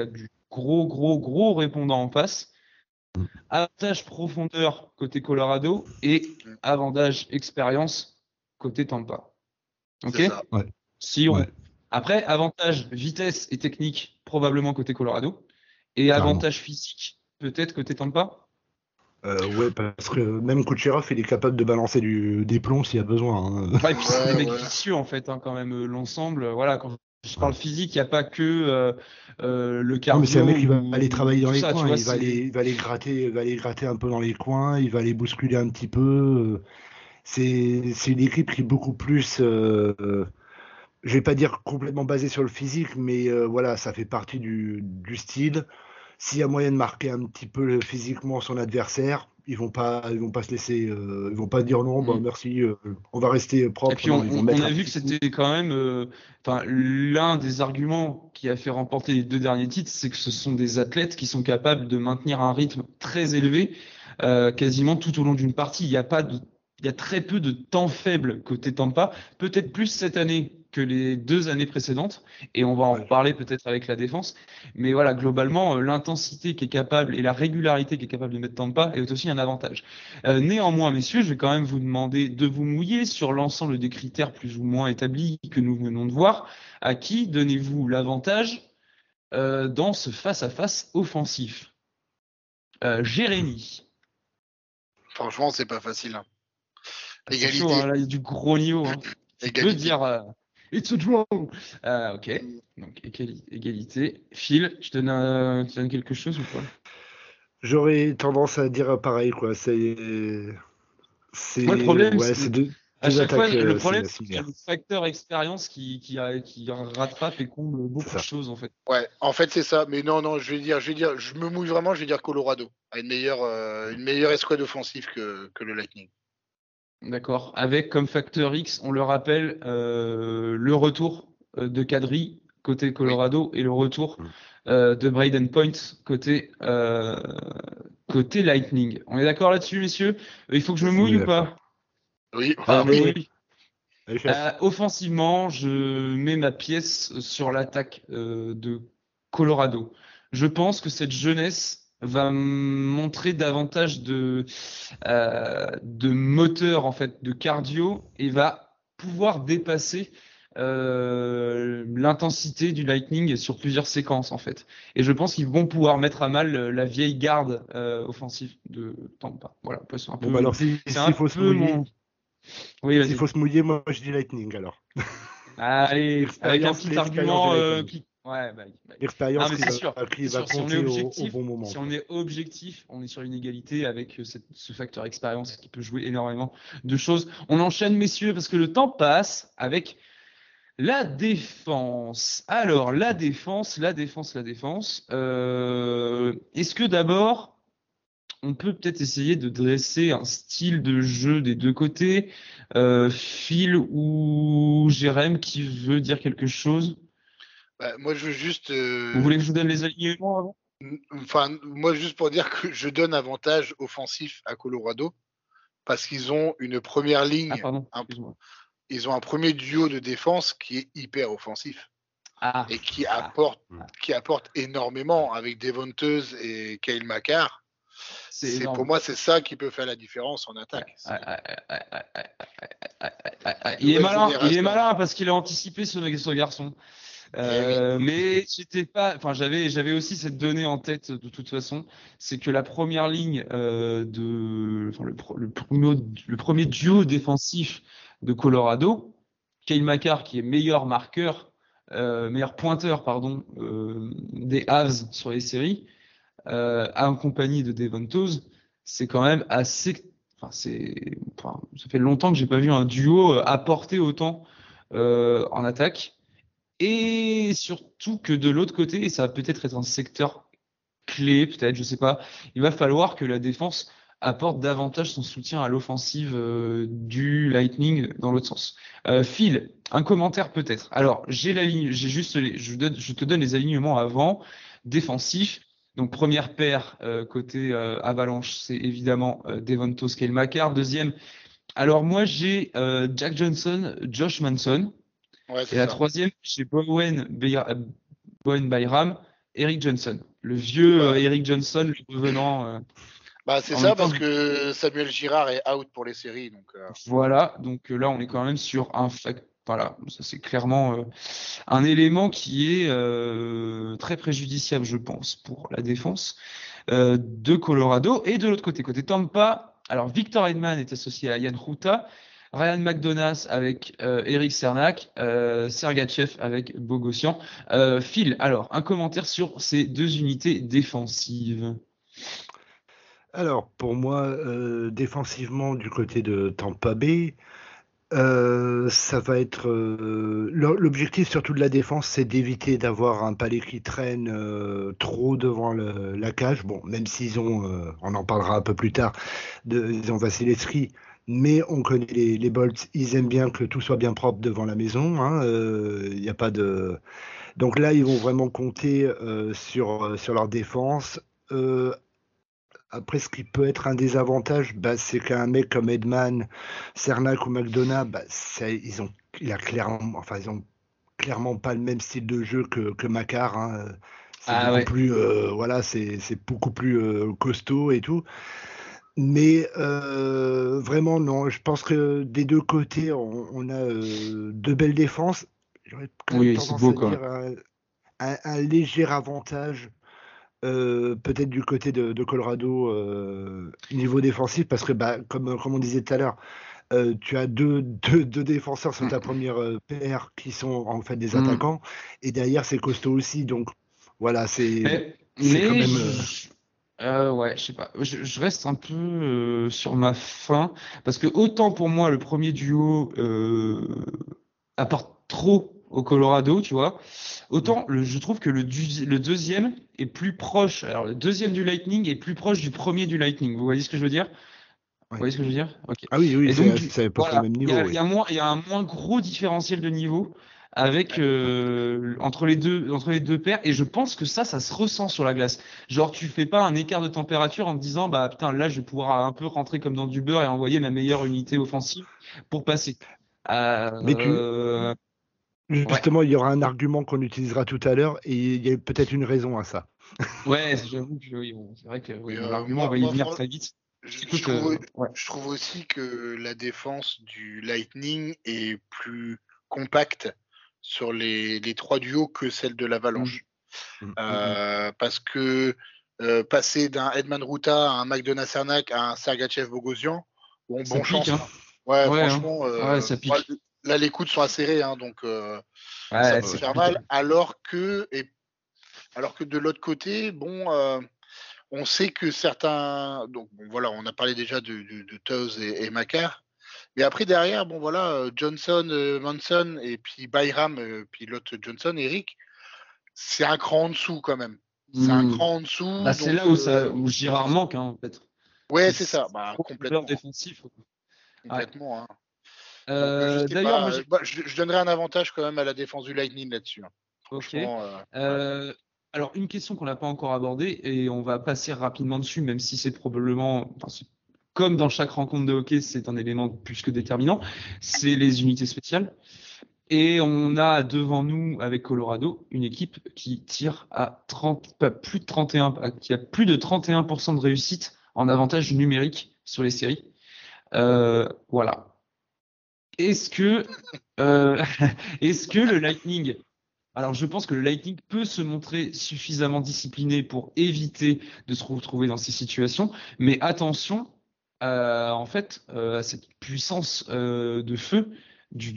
gros, gros, gros répondant en face. Avantage profondeur côté Colorado et avantage expérience côté Tampa. Ok. C'est ça. Ouais. Si on... Ouais. Après, avantage vitesse et technique probablement côté Colorado et Clairement. avantage physique peut-être côté Tampa. Euh, ouais, parce que même Kucherov, il est capable de balancer du, des plombs s'il y a besoin. Hein. Ouais, et puis c'est Ouais, des mecs ouais. vicieux en fait, hein, quand même, euh, l'ensemble. euh, Voilà, quand je parle physique, il n'y a pas que euh, euh, le Non, mais c'est un cardio mec qui va ou, aller travailler ou dans tout les ça, tu coins, vois. il va C'est... aller, il va aller gratter, il va aller gratter un peu dans les coins, il va aller bousculer un petit peu. C'est, c'est une équipe qui est beaucoup plus, euh, euh, je vais pas dire complètement basée sur le physique, mais euh, voilà, ça fait partie du, du style. S'il y a moyen de marquer un petit peu physiquement son adversaire, ils vont pas, ils vont pas se laisser, euh, ils vont pas dire non, bah Mm. merci, euh, on va rester Et propre. puis on, Non, ils vont on- on mettre a un vu que petit coup. c'était quand même, euh, enfin, l'un des arguments qui a fait remporter les deux derniers titres, c'est que ce sont des athlètes qui sont capables de maintenir un rythme très élevé, euh, quasiment tout au long d'une partie. Il y a pas de, il y a très peu de temps faible côté Tampa, peut-être plus cette année que les deux années précédentes, et on va en Ouais. reparler peut-être avec la défense. Mais voilà, globalement, euh, l'intensité qui est capable et la régularité qui est capable de mettre Tampa est aussi un avantage. Euh, néanmoins, messieurs, je vais quand même vous demander de vous mouiller sur l'ensemble des critères plus ou moins établis que nous venons de voir. À qui donnez-vous l'avantage euh, dans ce face-à-face offensif? euh, Jérémy. Franchement, c'est pas facile. Hein. Ah, c'est Égalité. chaud, hein, là, il y a du gros niveau. Hein. Tu peux Égalité. dire euh, It's a draw. Euh, ok, donc égali- égalité. Phil, tu donnes, un- tu donnes quelque chose ou pas? J'aurais tendance à dire pareil, quoi. C'est, c'est, Moi, le problème, ouais, c'est c'est deux, à deux chaque fois, attaques le euh, problème, sim- c'est qu'il y a similaires. le facteur expérience qui, qui, a- qui rattrape et comble C'est beaucoup de ça. choses, en fait. Ouais, en fait, c'est ça. Mais non, non, je vais dire, je vais dire, je me mouille vraiment, je vais dire Colorado a une meilleure, euh, une meilleure escouade offensive que, que le Lightning. D'accord. Avec comme facteur X, on le rappelle, euh, le retour euh, de Kadri côté Colorado et le retour Mm. euh, de Braden Point côté, euh, côté Lightning. On est d'accord là-dessus, messieurs? Euh, Il faut que je me On mouille est ou d'accord. pas? Oui, Je ah me oui. mouille. Allez, chef. Euh, offensivement, je mets ma pièce sur l'attaque euh, de Colorado. Je pense que cette jeunesse va m- montrer davantage de, euh, de moteur, en fait, de cardio et va pouvoir dépasser euh, l'intensité du Lightning sur plusieurs séquences, en fait. Et je pense qu'ils vont pouvoir mettre à mal euh, la vieille garde euh, offensive de Tampa. Voilà, c'est un Bon, bah peu, alors, si- c'est un s'il faut se peu mouiller, mon. Oui, s'il vas-y. faut se mouiller, moi, je dis Lightning, alors. Allez, avec un L'expérience, petit l'expérience argument du euh, Lightning. qui... Ouais, bah, bah. Non, L'expérience mais qui c'est va, sûr. qui C'est va sûr, si on est compter au, au objectif, bon moment, si quoi. on est objectif, on est sur une égalité avec euh, cette- ce facteur expérience qui peut jouer énormément de choses. On enchaîne, messieurs, parce que le temps passe avec la défense. Alors, la défense, la défense, la défense. Euh, Est-ce que d'abord, on peut peut-être essayer de dresser un style de jeu des deux côtés? Euh, Phil ou Jérém qui veut dire quelque chose? Bah, moi, je veux juste, euh, Vous voulez que je vous donne les alignements avant? enfin, moi, juste pour dire que je donne avantage offensif à Colorado parce qu'ils ont une première Ah, ligne, pardon, un- excuse-moi. ils ont un premier duo de défense qui est hyper offensif Ah, et qui ah, apporte, ah. qui apporte énormément avec Devon Toews et Kyle McCarr. c'est C'est énorme. pour moi, c'est ça qui peut faire la différence en attaque. C'est Ah, ah, ah, ah, ah, ah, ah, ah, ah, ah, ah. la Il est nouvelle malin, il est génération. malin parce qu'il a anticipé ce, ce garçon. Euh, mais j'étais pas, enfin j'avais j'avais aussi cette donnée en tête de toute façon, c'est que la première ligne euh, de, enfin le, pro- le premier le premier duo défensif de Colorado, Kyle McCarr qui est meilleur marqueur, euh, meilleur pointeur pardon euh, des Avs sur les séries, euh, en compagnie de Devon Toews, c'est quand même assez, enfin c'est, enfin, ça fait longtemps que j'ai pas vu un duo euh, apporter autant euh, en attaque. Et surtout que de l'autre côté, et ça va peut-être être un secteur clé, peut-être, je sais pas, il va falloir que la défense apporte davantage son soutien à l'offensive euh, du Lightning dans l'autre sens. Euh, Phil, un commentaire peut-être. Alors, j'ai la ligne, j'ai juste, les, je, donne, je te donne les alignements avant, défensif. Donc première paire euh, côté euh, Avalanche, c'est évidemment euh, Devon Toews, Kyle McCarr. Deuxième, alors moi j'ai euh, Jack Johnson, Josh Manson. Ouais, Et c'est la ça. troisième, j'ai Bowen, Bay- Bowen Byram Eric Johnson, le vieux euh, Eric Johnson, le revenant. Euh, bah, c'est en ça, même temps, parce que Samuel Girard est out pour les séries. Donc, euh, voilà, donc euh, là, on est quand même sur un fact. Voilà, ça c'est clairement euh, un élément qui est euh, très préjudiciable, je pense, pour la défense euh, de Colorado. Et de l'autre côté, côté Tampa, alors Victor Hedman est associé à Jan Rutta, Ryan McDonough avec euh, Eric Cernak, euh, Sergachev avec Bogossian. Euh, Phil, alors, un commentaire sur ces deux unités défensives. Alors, pour moi, euh, défensivement, du côté de Tampa Bay, euh, ça va être euh, l'o- l'objectif surtout de la défense, c'est d'éviter d'avoir un palais qui traîne euh, trop devant le- la cage. Bon, même s'ils ont, euh, on en parlera un peu plus tard, de, ils ont Vasilevski, mais on connaît les, les Bolts, ils aiment bien que tout soit bien propre devant la maison. Hein, euh, Il n'y a pas de. Donc là, ils vont vraiment compter euh, sur euh, sur leur défense. Euh, Après, ce qui peut être un désavantage, bah, c'est qu'un mec comme Edman, Cernak ou McDonough, bah, ça, ils ont, il a clairement, enfin, ils ont clairement pas le même style de jeu que, que Makar. Hein. C'est Ah beaucoup ouais. plus, euh, voilà, c'est, c'est beaucoup plus euh, costaud et tout. Mais euh, vraiment, non, je pense que des deux côtés, on, on a euh, deux belles défenses. J'aurais quand même Oui, c'est tendance beau à quand dire même. un, un- un léger avantage euh, peut-être du côté de, de Colorado euh, niveau défensif parce que bah, comme, comme on disait tout à l'heure, euh, tu as deux, deux, deux défenseurs sur ta première euh, paire qui sont en fait des Mm. attaquants et derrière c'est costaud aussi, donc voilà, c'est Mais, c'est quand mais même euh, je, euh, ouais, je sais pas. Je, je reste un peu euh, sur ma faim parce que autant pour moi le premier duo euh, apporte trop au Colorado, tu vois, autant le- je trouve que le, du- le deuxième est plus proche. Alors le deuxième du Lightning est plus proche du premier du Lightning. Vous voyez ce que je veux dire? Vous ouais. voyez ce que je veux dire? Ok. Ah oui, oui, Et donc c'est du, c'est à peu près au voilà, même il y niveau, a, il oui. y a moins, il y a un moins gros différentiel de niveau avec euh, entre les deux entre les deux paires et je pense que ça ça se ressent sur la glace. Genre tu fais pas un écart de température en te disant bah putain là je vais pouvoir un peu rentrer comme dans du beurre et envoyer ma meilleure unité offensive pour passer. Mais tu Euh, ouais. justement, il y aura un argument qu'on utilisera tout à l'heure et il y a peut-être une raison à ça. Ouais, j'avoue que oui, bon, c'est vrai que oui, oui, bon, euh, l'argument on moi, va y moi venir fran- très vite. je, je Écoute, trouve, euh, ouais. je trouve aussi que la défense du Lightning est plus compacte sur les, les trois duos que celle de Mm, l'Avalanche. Mm, mm, mm. Euh, parce que euh, passer d'un Edman Ruta à un McDonough Cernak à un Sergachev Bogosian, bon, Ça bon pique, chance. hein. Quoi. Ouais, Ouais, hein. franchement, Ouais, euh, ça moi, pique. là les coudes sont acérés, hein, donc euh, ça Ouais, peut c'est Ouais. faire compliqué. mal. Alors que, et, alors que de l'autre côté, bon, euh, on sait que certains, donc bon, voilà, on a parlé déjà de, de, de Toews et, et Makar. Mais après, derrière, bon, voilà, euh, Johnson, euh, Manson et puis Byram, euh, puis l'autre Johnson, Eric, c'est un cran en dessous quand même. C'est un Hmm. cran en Bah, dessous, c'est donc là où ça, euh, où Girard manque, hein, en fait. ouais, C'est c'est ça, c'est bah trop de leader complètement, hein, défensif. Quoi. Ouais. complètement. Hein. Donc euh, je Euh, sais d'ailleurs, moi, pas, euh, j'ai. bah, je, je donnerais un avantage quand même à la défense du Lightning là-dessus. Hein. Ok. Franchement, euh, ouais. Euh, alors, une question qu'on n'a pas encore abordée et on va passer rapidement dessus, même si c'est probablement, enfin, c'est- comme dans chaque rencontre de hockey, c'est un élément plus que déterminant, c'est les unités spéciales. Et on a devant nous, avec Colorado, une équipe qui tire à trente, pas plus de trente et un, qui a plus de trente et un pour cent de réussite en avantage numérique sur les séries. Euh, voilà. Est-ce que, euh, est-ce que le Lightning, alors je pense que le Lightning peut se montrer suffisamment discipliné pour éviter de se retrouver dans ces situations, mais attention, euh, en fait, euh, à cette puissance euh, de feu du,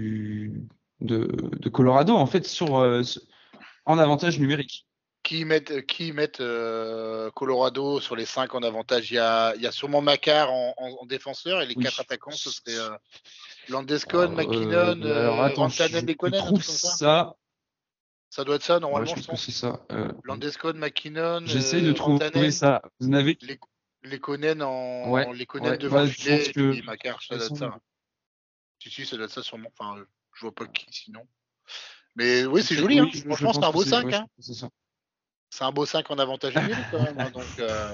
du de, de Colorado, en fait, sur euh, ce- en avantage numérique. Qui mettent, qui mettent euh, Colorado sur les cinq en avantage? Il y a, il y a sûrement Makar en, en, en défenseur et les Oui. quatre attaquants, ce serait euh, Landeskog, Alors, euh, McKinnon, alors, euh, attends, je, Rantanen, je Lekonen, un trouve truc comme ça. ça. Ça doit être ça Ouais, normalement, je je pense que pense. c'est ça. Euh, Landeskog, McKinnon, j'essaye de euh, trouver Rantanen, ça. Vous n'avez. les, Lekonen en Ouais, Lekonen ouais. devant Bah, le je pense filet et que de puis Makar, toute ça doit être façon. ça. Si, si, ça doit être ça sûrement. Enfin, euh, je vois pas qui sinon. Mais oui, c'est Ok, joli, hein. oui, je, je Franchement, c'est pense un que beau c'est. cinq, Ouais, je hein. pense que c'est ça. C'est un beau cinq en avantage numérique quand même. Hein, donc, euh,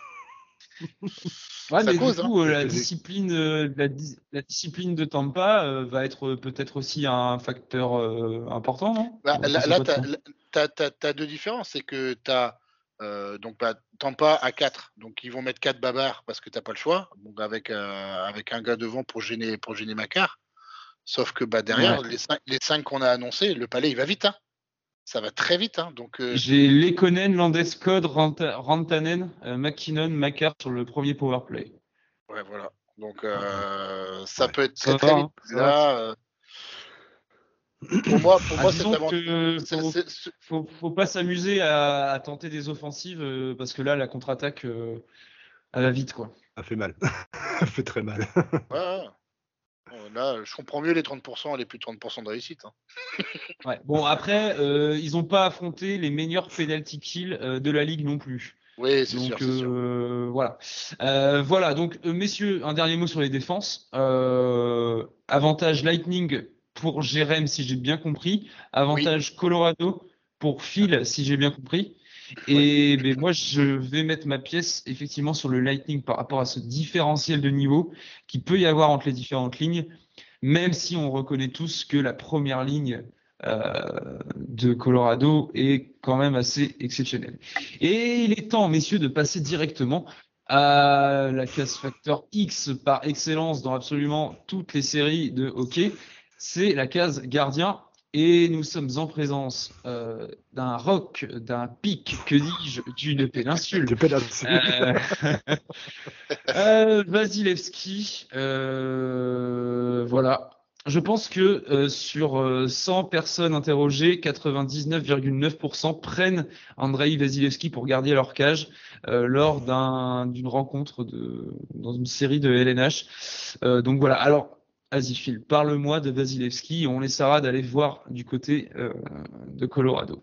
Ouais, ça mais du cause, hein. coup, euh, la C'est- discipline, euh, la, dis- la discipline de Tampa euh, va être euh, peut-être aussi un facteur euh, important, non? Bah, On va là, penser là, quoi de t'as, ça? t'as, t'as, t'as deux différences. C'est que t'as euh, donc bah, Tampa à quatre. Donc ils vont mettre quatre babards parce que t'as pas le choix. Donc avec, euh, avec un gars devant pour gêner, pour gêner Makar. Sauf que bah, derrière, Ouais. les cinq, les cinq qu'on a annoncés, le palais il va vite. Hein. Ça va très vite. Hein. Donc euh, J'ai Lekonen, Landeskog, Ranta- Rantanen, euh, McKinnon, Makar sur le premier power play. ouais, voilà. Donc euh, ça Ouais. peut être Ça très va, très vite. hein, ça va. Là, euh, pour moi, pour Ah, moi, cette disons aventure. que c'est- faut, c'est- c'est- faut, faut pas s'amuser à, à tenter des offensives euh, parce que là, la contre-attaque, euh, elle va vite, quoi. Ça fait mal. Ça fait très mal. ouais, ouais. Bon, là, je comprends mieux les trente pour cent et les plus de trente pour cent de réussite. Hein. Ouais. Bon, après, euh, ils n'ont pas affronté les meilleurs penalty kills euh, de la ligue non plus. Oui, c'est Donc sûr, c'est sûr. euh, voilà. Euh, voilà, donc euh, messieurs, un dernier mot sur les défenses. Euh, avantage Lightning pour Jérém, si j'ai bien compris. Avantage Colorado pour Phil, si j'ai bien compris. Et ben, moi, je vais mettre ma pièce effectivement sur le Lightning par rapport à ce différentiel de niveau qui peut y avoir entre les différentes lignes, même si on reconnaît tous que la première ligne euh, de Colorado est quand même assez exceptionnelle. Et il est temps, messieurs, de passer directement à la case factor X par excellence dans absolument toutes les séries de hockey. C'est la case gardien. Et nous sommes en présence euh, d'un rock, d'un pic, que dis-je, d'une péninsule. De péninsule. Euh, euh, Vasilevski, euh, voilà. Je pense que euh, sur euh, cent personnes interrogées, quatre-vingt-dix-neuf virgule neuf pour cent prennent Andrei Vasilevski pour garder leur cage euh, lors d'un, d'une rencontre de, dans une série de L N H. Euh, donc voilà. Alors, vas-y Phil, parle-moi de Vasilevski et on laissera d'aller voir du côté euh, de Colorado.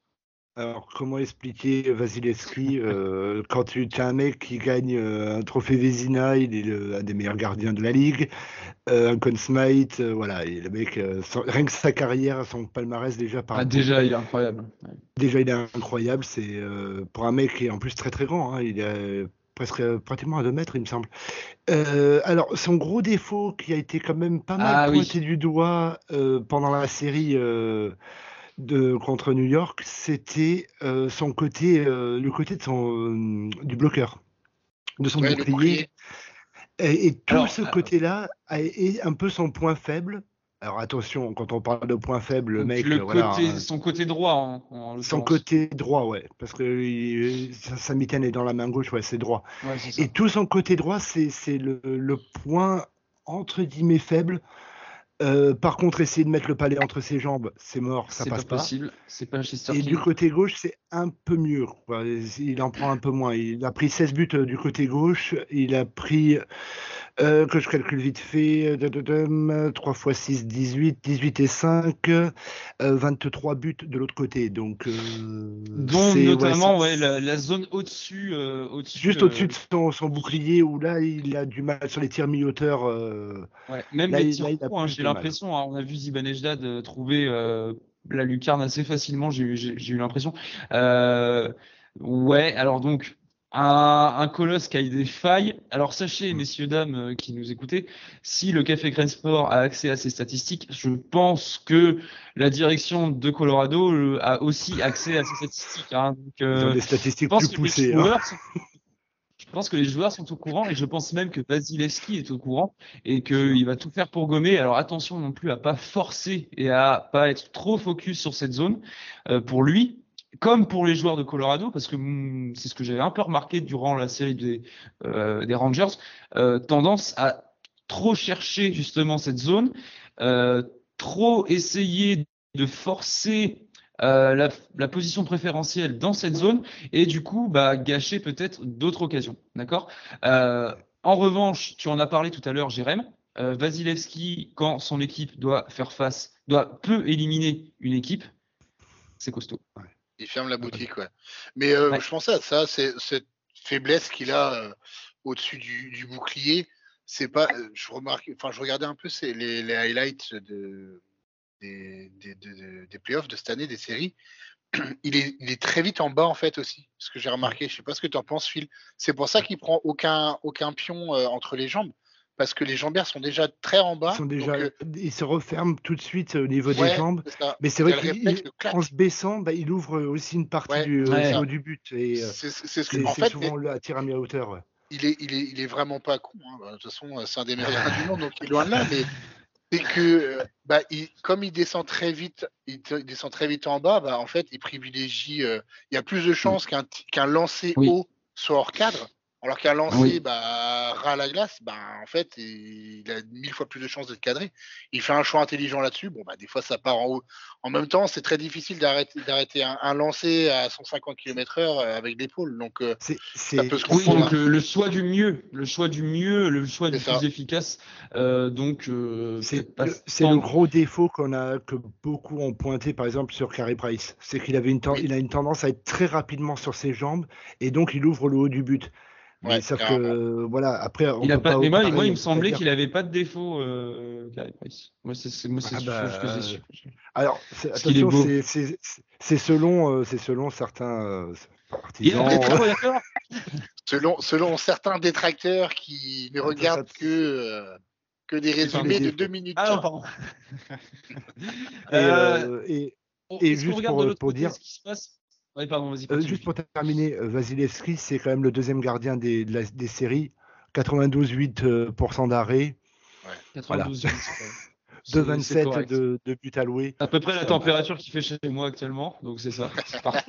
Alors, comment expliquer Vasilevski euh, quand tu as un mec qui gagne euh, un trophée Vézina, il est le- un des meilleurs gardiens de la ligue, euh, un Conn Smythe, euh, voilà, et le mec, euh, son- rien que sa carrière, son palmarès déjà par Ah, rapport- déjà, il est incroyable. Ouais. déjà il est incroyable, c'est euh, pour un mec qui est en plus très très grand, hein, il est euh, presque euh, pratiquement à deux mètres, il me semble. Euh, alors, son gros défaut qui a été quand même pas mal Ah pointé oui. du doigt euh, pendant la série euh, de, contre New York, c'était euh, son côté, euh, le côté de son, euh, du bloqueur, de son Ouais, le bouclier. bouclier. Et, et tout Alors, ce euh, côté-là a- est un peu son point faible. Alors attention, quand on parle de point faible, le donc mec, le euh, voilà, côté, hein, son côté droit en, en son l'occurrence. côté droit, ouais, parce que il- sa, sa mitaine est dans la main gauche, ouais, c'est droit. Ouais, c'est Et ça. tout son côté droit, c'est c'est le, le point entre guillemets faible. Euh, par contre, essayer de mettre le palais entre ses jambes, c'est mort, ça C'est pas passe pas. possible. C'est pas chez Et du Sturkin. côté gauche, c'est un peu mieux, quoi. Il en prend un peu moins. Il a pris seize buts euh, du côté gauche. Il a pris, euh, que je calcule vite fait, euh, de- de- de- trois fois six, dix-huit, dix-huit et cinq, euh, vingt-trois buts de l'autre côté. Donc, euh, Dont c'est ouais, c'est- notamment ouais, la, la zone au-dessus. Euh, au-dessus juste euh, au-dessus de son, son bouclier, où là, il a du mal sur les tirs mi-hauteur. euh, ouais, même là, les il, tirs là, il a courts, hein, plus j'ai de mal. l'impression. Hein, on a vu Zibanejad euh, trouver euh, la lucarne assez facilement. J'ai, eu- j'ai, j'ai eu l'impression. Euh, ouais, alors donc. Un, un colosse qui a des failles. Alors sachez, messieurs, dames euh, qui nous écoutez, si le Café Crème Sport a accès à ces statistiques, je pense que la direction de Colorado euh, a aussi accès à ces statistiques. Hein. Donc, Ils ont euh, des je statistiques pense plus que les poussées, hein. joueurs sont, je pense que les joueurs sont au courant et je pense même que Vasilevski est au courant et Sûr. qu'il va tout faire pour gommer. Alors attention non plus à pas forcer et à pas être trop focus sur cette zone euh, pour lui. Comme pour les joueurs de Colorado, parce que hum, c'est ce que j'avais un peu remarqué durant la série des, euh, des Rangers, euh, tendance à trop chercher justement cette zone, euh, trop essayer de forcer euh, la, la position préférentielle dans cette zone et du coup bah, gâcher peut-être d'autres occasions. D'accord. Euh, en revanche, tu en as parlé tout à l'heure, Jérém. Euh, Vasilevski, quand son équipe doit faire face, doit peut éliminer une équipe, c'est costaud. Il ferme la boutique, ouais. Mais euh, Ouais. je pensais à ça, c'est cette faiblesse qu'il a euh, au-dessus du, du bouclier. C'est pas, euh, je remarque, enfin, je regardais un peu c'est les, les highlights de, des, des, des, des playoffs de cette année, des séries. Il est, il est très vite en bas en fait aussi, ce que j'ai remarqué. Je sais pas ce que tu en penses, Phil. C'est pour ça qu'il prend aucun, aucun pion euh, entre les jambes, parce que les jambières sont déjà très en bas. Ils, sont déjà, donc, euh, ils se referment tout de suite au niveau ouais, des jambes. c'est ça. Mais c'est Il y vrai a le réflexe de clac. qu'en se baissant, bah, il ouvre aussi une partie Ouais, du, c'est Ouais. ça. du haut du but. Et euh, C'est c'est ce que, c'est en c'est fait, souvent le tir à mi-hauteur. Ouais. il est, il est, il est vraiment pas con. hein. Bah, de toute façon, c'est un des meilleurs gardiens du monde, donc il est loin de là. Mais c'est que, euh, bah, il, comme il descend très vite, il, te- il descend très vite en bas, bah, en fait, il privilégie. euh, il y a plus de chances qu'un t- qu'un lancer Oui. haut soit hors cadre, alors qu'un lancer Oui. bah, ras à la glace, bah, en fait, il, il a mille fois plus de chances d'être cadré. Il fait un choix intelligent là-dessus. Bon, bah, des fois, ça part en haut. En même temps, c'est très difficile d'arrêter d'arrêter un, un lancer à cent cinquante kilomètres heure avec l'épaule. Donc, euh, C'est, ça peut c'est, se Oui, comprendre. donc le, le choix du mieux, le choix du mieux, le choix C'est du ça. plus efficace. Euh, donc, euh, c'est, peut-être pas le, c'est le tant- gros défaut qu'on a, que beaucoup ont pointé, par exemple, sur Carey Price. C'est qu'il avait une, ten- Oui. il a une tendance à être très rapidement sur ses jambes, et donc il ouvre le haut du but. Mais Ouais, sauf carrément. que, voilà, après, on Il a peut pas, pas. mais moi, pareil, moi, il on me peut pas semblait dire- qu'il avait pas de défaut, euh, Carey Price. Moi, c'est, c'est, moi, c'est Ah ce bah, que j'ai su. Alors, c'est- Parce qu'il est attention, beau. c'est, c'est, c'est selon, euh, c'est selon certains euh, Il a partisans. pas de défaut, d'accord? Selon, selon certains détracteurs qui ne Ah, regardent ça- que, euh, que des que les résumés de défauts. deux minutes. Ah non, pardon. Et, Euh, euh, et, bon, et est-ce qu'on juste regarde pour, de l'autre pour côté dire, ce qui se passe? Oui, pardon, vas-y, euh, continue. juste pour terminer, euh, Vasilevski, c'est quand même le deuxième gardien des, de la- des séries, quatre-vingt-douze virgule huit euh, pour cent d'arrêt, quatre-vingt-douze, voilà. c'est pas- de c'est- c'est vingt-sept correct. de, de buts alloués. À peu près la Voilà. température qu'il fait chez moi actuellement, donc c'est ça. C'est parfait.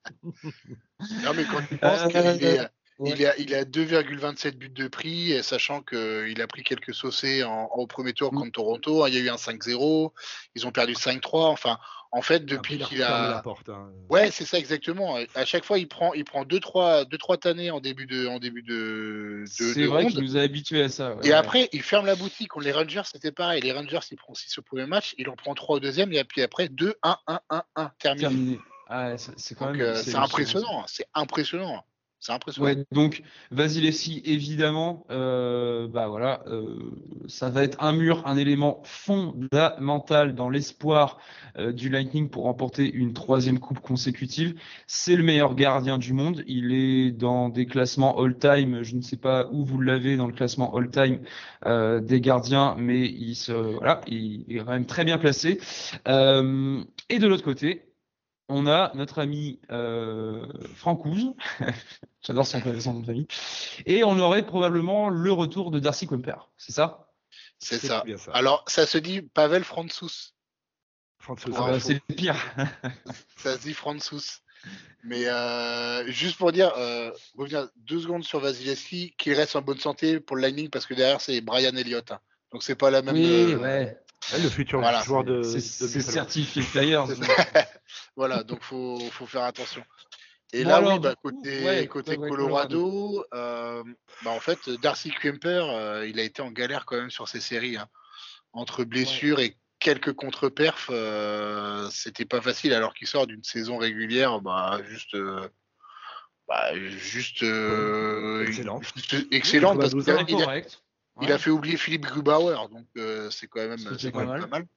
Non, mais quand tu penses Euh, qu'il est, ouais. il est, à- il est à deux virgule vingt-sept buts de prix, et sachant qu'il a pris quelques saucés en, en- au premier tour Mm. contre Toronto, hein, il y a eu un cinq zéro, ils ont perdu cinq trois. Enfin, en fait, Après, depuis il a qu'il refermé la a. porte. hein. Ouais, c'est ça exactement. À chaque fois, il prend, il prend deux trois, deux trois tannées en début de, en début de, de, C'est de vrai ronde. qu'il nous a habitués à ça. ouais, Et ouais. après, il ferme la boutique. Contre les Rangers, c'était pareil. Les Rangers, ils prennent six au premier match, il en prend trois au deuxième, et puis après, deux un un un un, terminé. Terminé. Ah, c'est, c'est quand Donc, même. euh, c'est c'est hallucinant. impressionnant. C'est impressionnant. C'est impressionnant. Ouais, donc Vasilevski, évidemment, euh, bah voilà, euh, ça va être un mur, un élément fondamental dans l'espoir euh, du Lightning pour remporter une troisième coupe consécutive. C'est le meilleur gardien du monde. Il est dans des classements all-time. Je ne sais pas où vous l'avez dans le classement all-time euh, des gardiens, mais il se, voilà, il, il est quand même très bien placé. Euh, et de l'autre côté, on a notre ami euh, Francouz, j'adore son, son nom de famille, et on aurait probablement le retour de Darcy Kuemper, c'est ça? C'est C'est ça. bien ça. Alors, ça se dit Pavel Francouz. Francouz, Ah, Ah bah, faut- c'est le pire. Ça se dit Francouz. Mais euh, juste pour dire, euh, revenir deux secondes sur Vasilevski, qu'il reste en bonne santé pour le Lightning, parce que derrière, c'est Brian Elliott. hein. Donc, c'est pas la même. Oui, euh, ouais. Ouais, le futur Voilà. joueur de, C'est, de c'est Buffalo. certifié Flyers. C'est donc. ça. Voilà, donc faut, faut faire attention. Et Bon, là, alors, oui, bah, du coup, côté, ouais, côté ouais, ouais, Colorado, euh, bah, en fait, Darcy Kuemper, euh, il a été en galère quand même sur ces séries. hein. Entre blessures et quelques contre-perfs, euh, c'était pas facile, alors qu'il sort d'une saison régulière, bah, juste, euh, bah, juste, euh, Excellente. juste excellente, parce qu'il a, Très il a- correct. il Ouais. a fait oublier Philippe Grubauer, donc euh, c'est quand même, C'était c'est pas quand même mal. pas mal.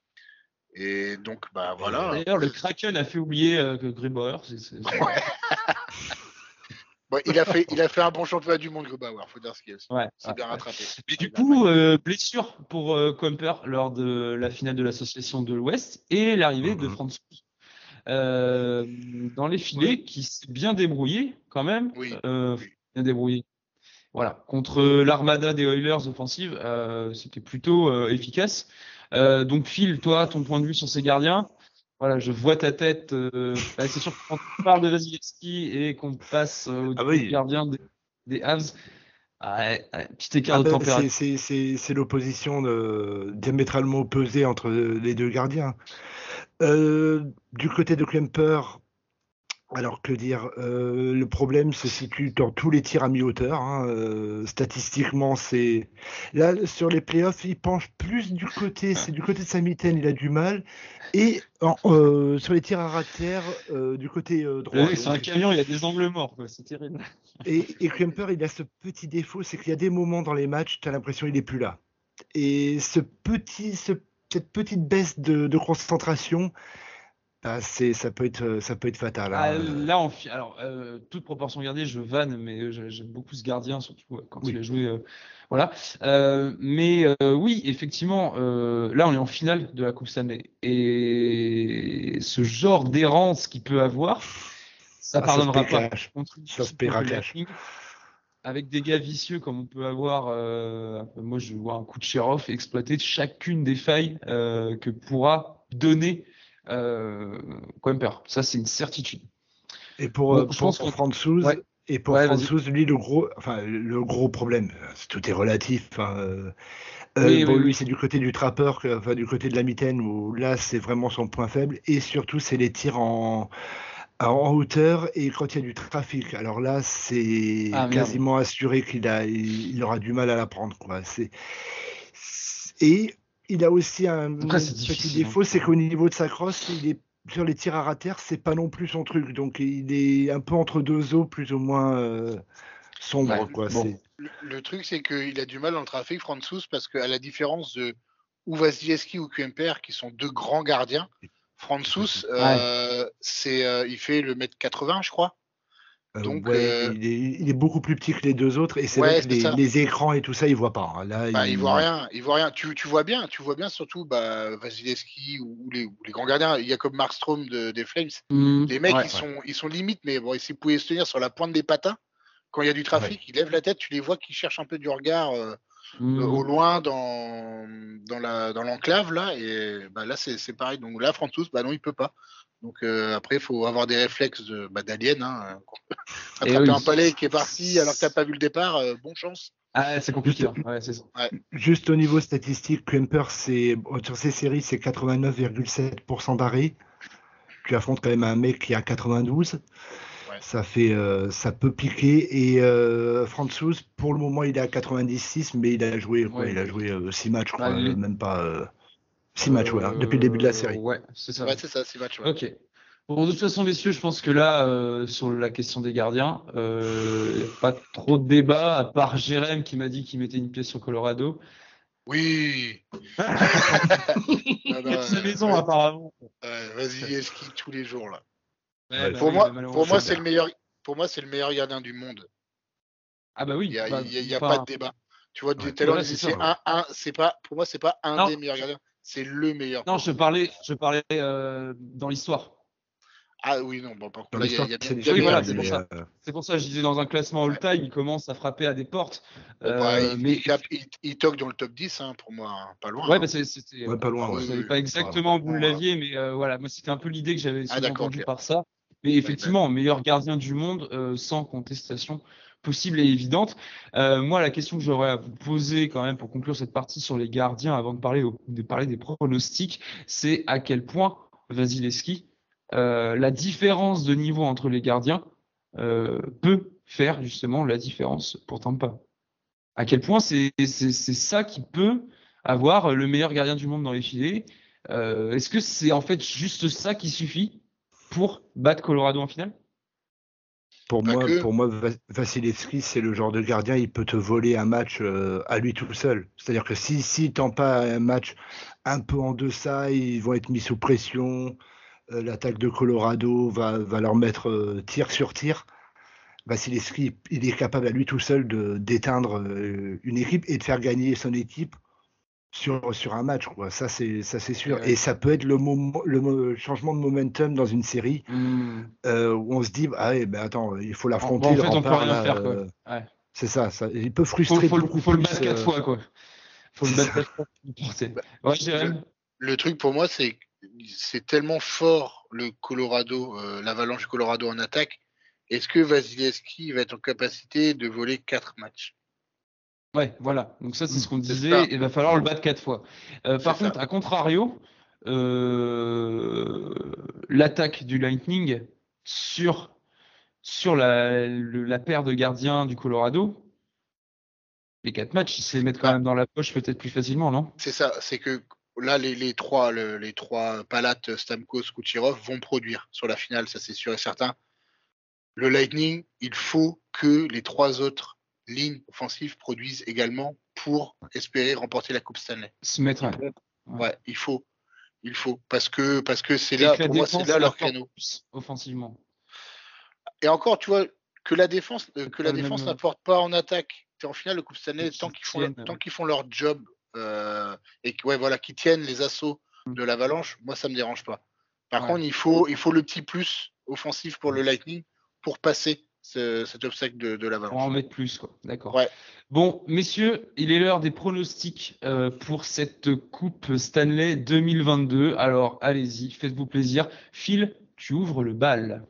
Et donc, bah voilà. D'ailleurs, le Kraken a fait oublier euh, que Gribauer. C'est, c'est, c'est... Bon, il, a fait, il a fait un bon championnat du monde, Grubauer, faut dire ce qu'il y a aussi. Ouais, C'est ouais, bien ouais. rattrapé. Mais du C'est bien coup, euh, blessure pour euh, Kuemper lors de la finale de l'association de l'Ouest et l'arrivée de Mhm. Franz euh, dans les filets, qui s'est bien débrouillé quand même. Oui, Euh, oui. Bien débrouillé. Voilà, contre l'armada des Oilers offensive, euh, c'était plutôt euh, efficace. Euh, donc Phil, toi, ton point de vue sur ces gardiens. Voilà, je vois ta tête. Euh, bah, c'est sûr que quand on parle de Vasilevski et qu'on passe euh, au Ah oui. gardien des, des Habs, ouais, ouais, petit écart Ah de ben, température. c'est, c'est, c'est, c'est l'opposition de- diamétralement opposée entre les deux gardiens. Euh, du côté de Kemper, alors que dire, euh, le problème se situe dans tous les tirs à mi-hauteur. hein. Euh, statistiquement, c'est là sur les playoffs, il penche plus du côté, c'est du côté de sa mitaine, il a du mal. Et en- euh, sur les tirs à ras de terre, euh, du côté euh, droit. Oui, c'est un Donc, camion, il y a des angles morts, quoi. C'est terrible. Et, et Kemper, il a ce petit défaut, c'est qu'il y a des moments dans les matchs, tu as l'impression qu'il n'est plus là. Et ce petit, ce- cette petite baisse de, de concentration, Ah, c'est, ça peut être, ça peut être fatal. Ah, Hein. là, on fi- alors, euh, toute proportion gardée, je vanne, mais euh, j'ai- j'aime beaucoup ce gardien, surtout euh, quand il Oui. a joué. euh, voilà. Euh, mais euh, oui, effectivement, euh, là, on est en finale de la Coupe Stanley. Et ce genre d'errance qu'il peut avoir, ça Ah, ça se pardonnera paye pas cash. contre une Ça se équipe contre paiera le cash. Lightning, avec des gars vicieux comme on peut avoir. Euh, moi, je vois un coup de Kucherov exploiter chacune des failles euh, que pourra donner euh, Kuemper. Ça, c'est une certitude. Et pour, Bon, euh, je pour, pense pour qu'on. Franzouz, Ouais, et pour ouais, vas-y. Franzouz, lui, le gros, enfin, le gros problème, euh, c'est- tout est relatif. Hein, euh, euh, Oui, bon, oui, lui, oui. c'est du côté du trappeur, que- enfin, du côté de la mitaine, où là, c'est vraiment son point faible. Et surtout, c'est les tirs en, en hauteur et quand il y a du trafic. Alors là, c'est Ah merde. quasiment assuré qu'il a, il, il aura du mal à la prendre, quoi. C'est, et il a aussi un Après, c'est petit difficile, hein, défaut, c'est putain. qu'au niveau de sa crosse, il est sur les tirs à rater, c'est pas non plus son truc. Donc il est un peu entre deux eaux, plus ou moins euh, Ouais, sombre, quoi. bon. C'est Le, le truc, c'est qu'il a du mal dans le trafic, Francis, parce qu'à la différence de ou Vasilevski ou Kuemper, qui sont deux grands gardiens, c'est Francis, possible. Ouais. euh, c'est, euh, il fait le mètre quatre-vingts, je crois. Euh, Donc, ouais, euh, il est, il est beaucoup plus petit que les deux autres, et c'est vrai ouais, que c'est les, ça. les écrans et tout ça, il voit pas. Hein. Là, Bah, il voit il, rien, il voit rien. Tu, tu vois bien, tu vois bien surtout bah, Vasilevski ou, ou les, ou les grands gardiens. Il y a comme Markstrom de, des Flames. Hmm, Les mecs, ouais. ils sont, ils sont limites, mais bon, s'ils pouvaient se tenir sur la pointe des patins, quand il y a du ouais. trafic, ils lèvent la tête, tu les vois qui cherchent un peu du regard euh, euh, Hmm. au loin dans, dans, la, dans l'enclave, là, et bah, là, c'est, c'est pareil. Donc là, Frantus, bah non, il peut pas. Donc euh, après, il faut avoir des réflexes de, bah, d'alien. Hein. Et Attraper un oui. palais qui est parti alors que t'as pas vu le départ, euh, bonne chance. Ah, c'est compliqué, Juste, hein. Ouais, c'est ça. Ouais. juste au niveau statistique, Kemper, c'est, sur ces séries, c'est quatre-vingt-neuf virgule sept pour cent d'arrêt. Tu affrontes quand même un mec qui a quatre-vingt-douze. Ouais. Ça fait, euh, ça peut piquer. Et euh, Franzouz, pour le moment, il est à quatre-vingt-dix-six, mais il a joué quoi? Ouais, Il a joué euh, six matchs, je bah, crois, euh, les- même pas euh, six matchs, ouais, hein, depuis le début de la euh, série. ouais, c'est ça. Ouais, c'est ça, c'est match. Ouais. Ok. Bon, de toute façon, messieurs, je pense que là, euh, sur la question des gardiens, euh, y a pas trop de débat, à part Jérém qui m'a dit qu'il mettait une pièce sur Colorado. Oui. Non, non, Sa euh, maison, ouais, apparemment. euh, vas-y, elle skie tous les jours là. Ouais, Ouais, bah Pour oui, mais moi, pour moi, malheureusement. c'est le meilleur. Pour moi, c'est le meilleur gardien du monde. Ah bah Il y oui, a, bah, il y a, il y a pas de pas. débat. Tu vois, tout ouais. à l'heure, on Voilà, disait c'est ça. c'est Ouais, ouais. un, un, c'est pas. Pour moi, c'est pas un Non, des meilleurs je, gardiens. C'est le meilleur non, pour je moi. parlais, je parlais euh, dans l'histoire. Ah oui, non, bon, par contre, Dans là, il y a, il l'histoire, y a bien, c'est il y a Oui, meilleur. voilà, discutable, c'est Il y a pour mais meilleur. euh, ça. C'est pour ça que je disais dans un classement Ouais. all-time, il commence à frapper à des portes. Bon, bah, Euh, il, mais il tape, il, il toque dans le top dix, hein, pour moi, hein, pas loin. ouais, Hein. bah c'est- c'était. ouais, euh, pas je loin, Ah ne oui, ouais. oui, savais oui. pas Voilà. exactement où vous Bon, euh, l'aviez, mais euh, voilà, moi c'était un peu l'idée que j'avais ah d'accord, sous-entendue ok. par ça. Mais Ouais, ben, effectivement, meilleur gardien du monde, euh, sans contestation possible et évidente. Euh, moi, la question que j'aurais à vous poser quand même pour conclure cette partie sur les gardiens, avant de parler, au- de parler des pronostics, c'est à quel point Vasilevski, euh, la différence de niveau entre les gardiens euh, peut faire justement la différence pour Tampa. À quel point c'est c'est c'est ça qui peut avoir le meilleur gardien du monde dans les filets. Euh, est-ce que c'est en fait juste ça qui suffit pour battre Colorado en finale? Pour pas moi, que. pour moi, Va- Vasilevski, c'est le genre de gardien, il peut te voler un match euh, à lui tout seul. C'est-à-dire que si, si tend pas un match un peu en deçà, ils vont être mis sous pression. Euh, l'attaque de Colorado va, va leur mettre euh, tir sur tir. Vasilevski, il est capable à lui tout seul de d'éteindre euh, une équipe et de faire gagner son équipe sur, sur un match, quoi. Ça, c'est ça, c'est Et sûr. Et ouais. ça peut être le, moment, le mo- changement de momentum dans une série Hmm. euh, où on se dit, ah ouais, ben attends, il faut En, bon, l'affronter, en le fait, on peut rempart, rien là. faire, quoi. euh, Ouais. c'est ça, ça. Il peut Faut, frustrer faut, le, beaucoup faut le battre plus. quatre euh, fois, quoi. Faut le c'est battre ça. quatre fois pour le porter. Bah, Ouais, le, Jérém? le truc pour moi, c'est que c'est tellement fort le Colorado, euh, l'Avalanche du Colorado en attaque. Est-ce que Vasilevski va être en capacité de voler quatre matchs? Ouais, voilà. Donc ça, c'est ce qu'on C'est disait. ça, Il va falloir le battre quatre fois. Euh, c'est par ça. contre, à contrario, euh, l'attaque du Lightning sur sur la, le- la paire de gardiens du Colorado, les quatre matchs, ils se les mettent quand Bah, même dans la poche peut-être plus facilement, non? c'est ça. C'est que là, les, les trois, le- les trois Palat, Stamkos, Kucherov vont produire sur la finale, ça c'est sûr et certain. Le Lightning, il faut que les trois autres lignes offensives produisent également pour espérer remporter la Coupe Stanley. Se mettre, Ils ouais. pourront, Ouais. ouais, il faut. Il faut. Parce que, parce que c'est Et là, que la pour moi, c'est défense là leur apporte créneau. plus offensivement. Et encore, tu vois, que la défense, euh, que Pas la le défense même- n'apporte pas en attaque. T'es en finale de Coupe Stanley, Qui tant qu'ils font, leur- tiennent. tant qu'ils font leur job euh, et que, ouais, voilà, qu'ils tiennent les assauts de l'Avalanche, moi, ça me dérange pas. Par Ouais. contre, il faut, il faut le petit plus offensif pour le Lightning pour passer ce- cet obstacle de, de On va en l'Avalanche. mettre plus, quoi. D'accord. Ouais. Bon, messieurs, il est l'heure des pronostics euh, pour cette Coupe Stanley deux mille vingt-deux. Alors, allez-y, faites-vous plaisir. Phil, tu ouvres le bal.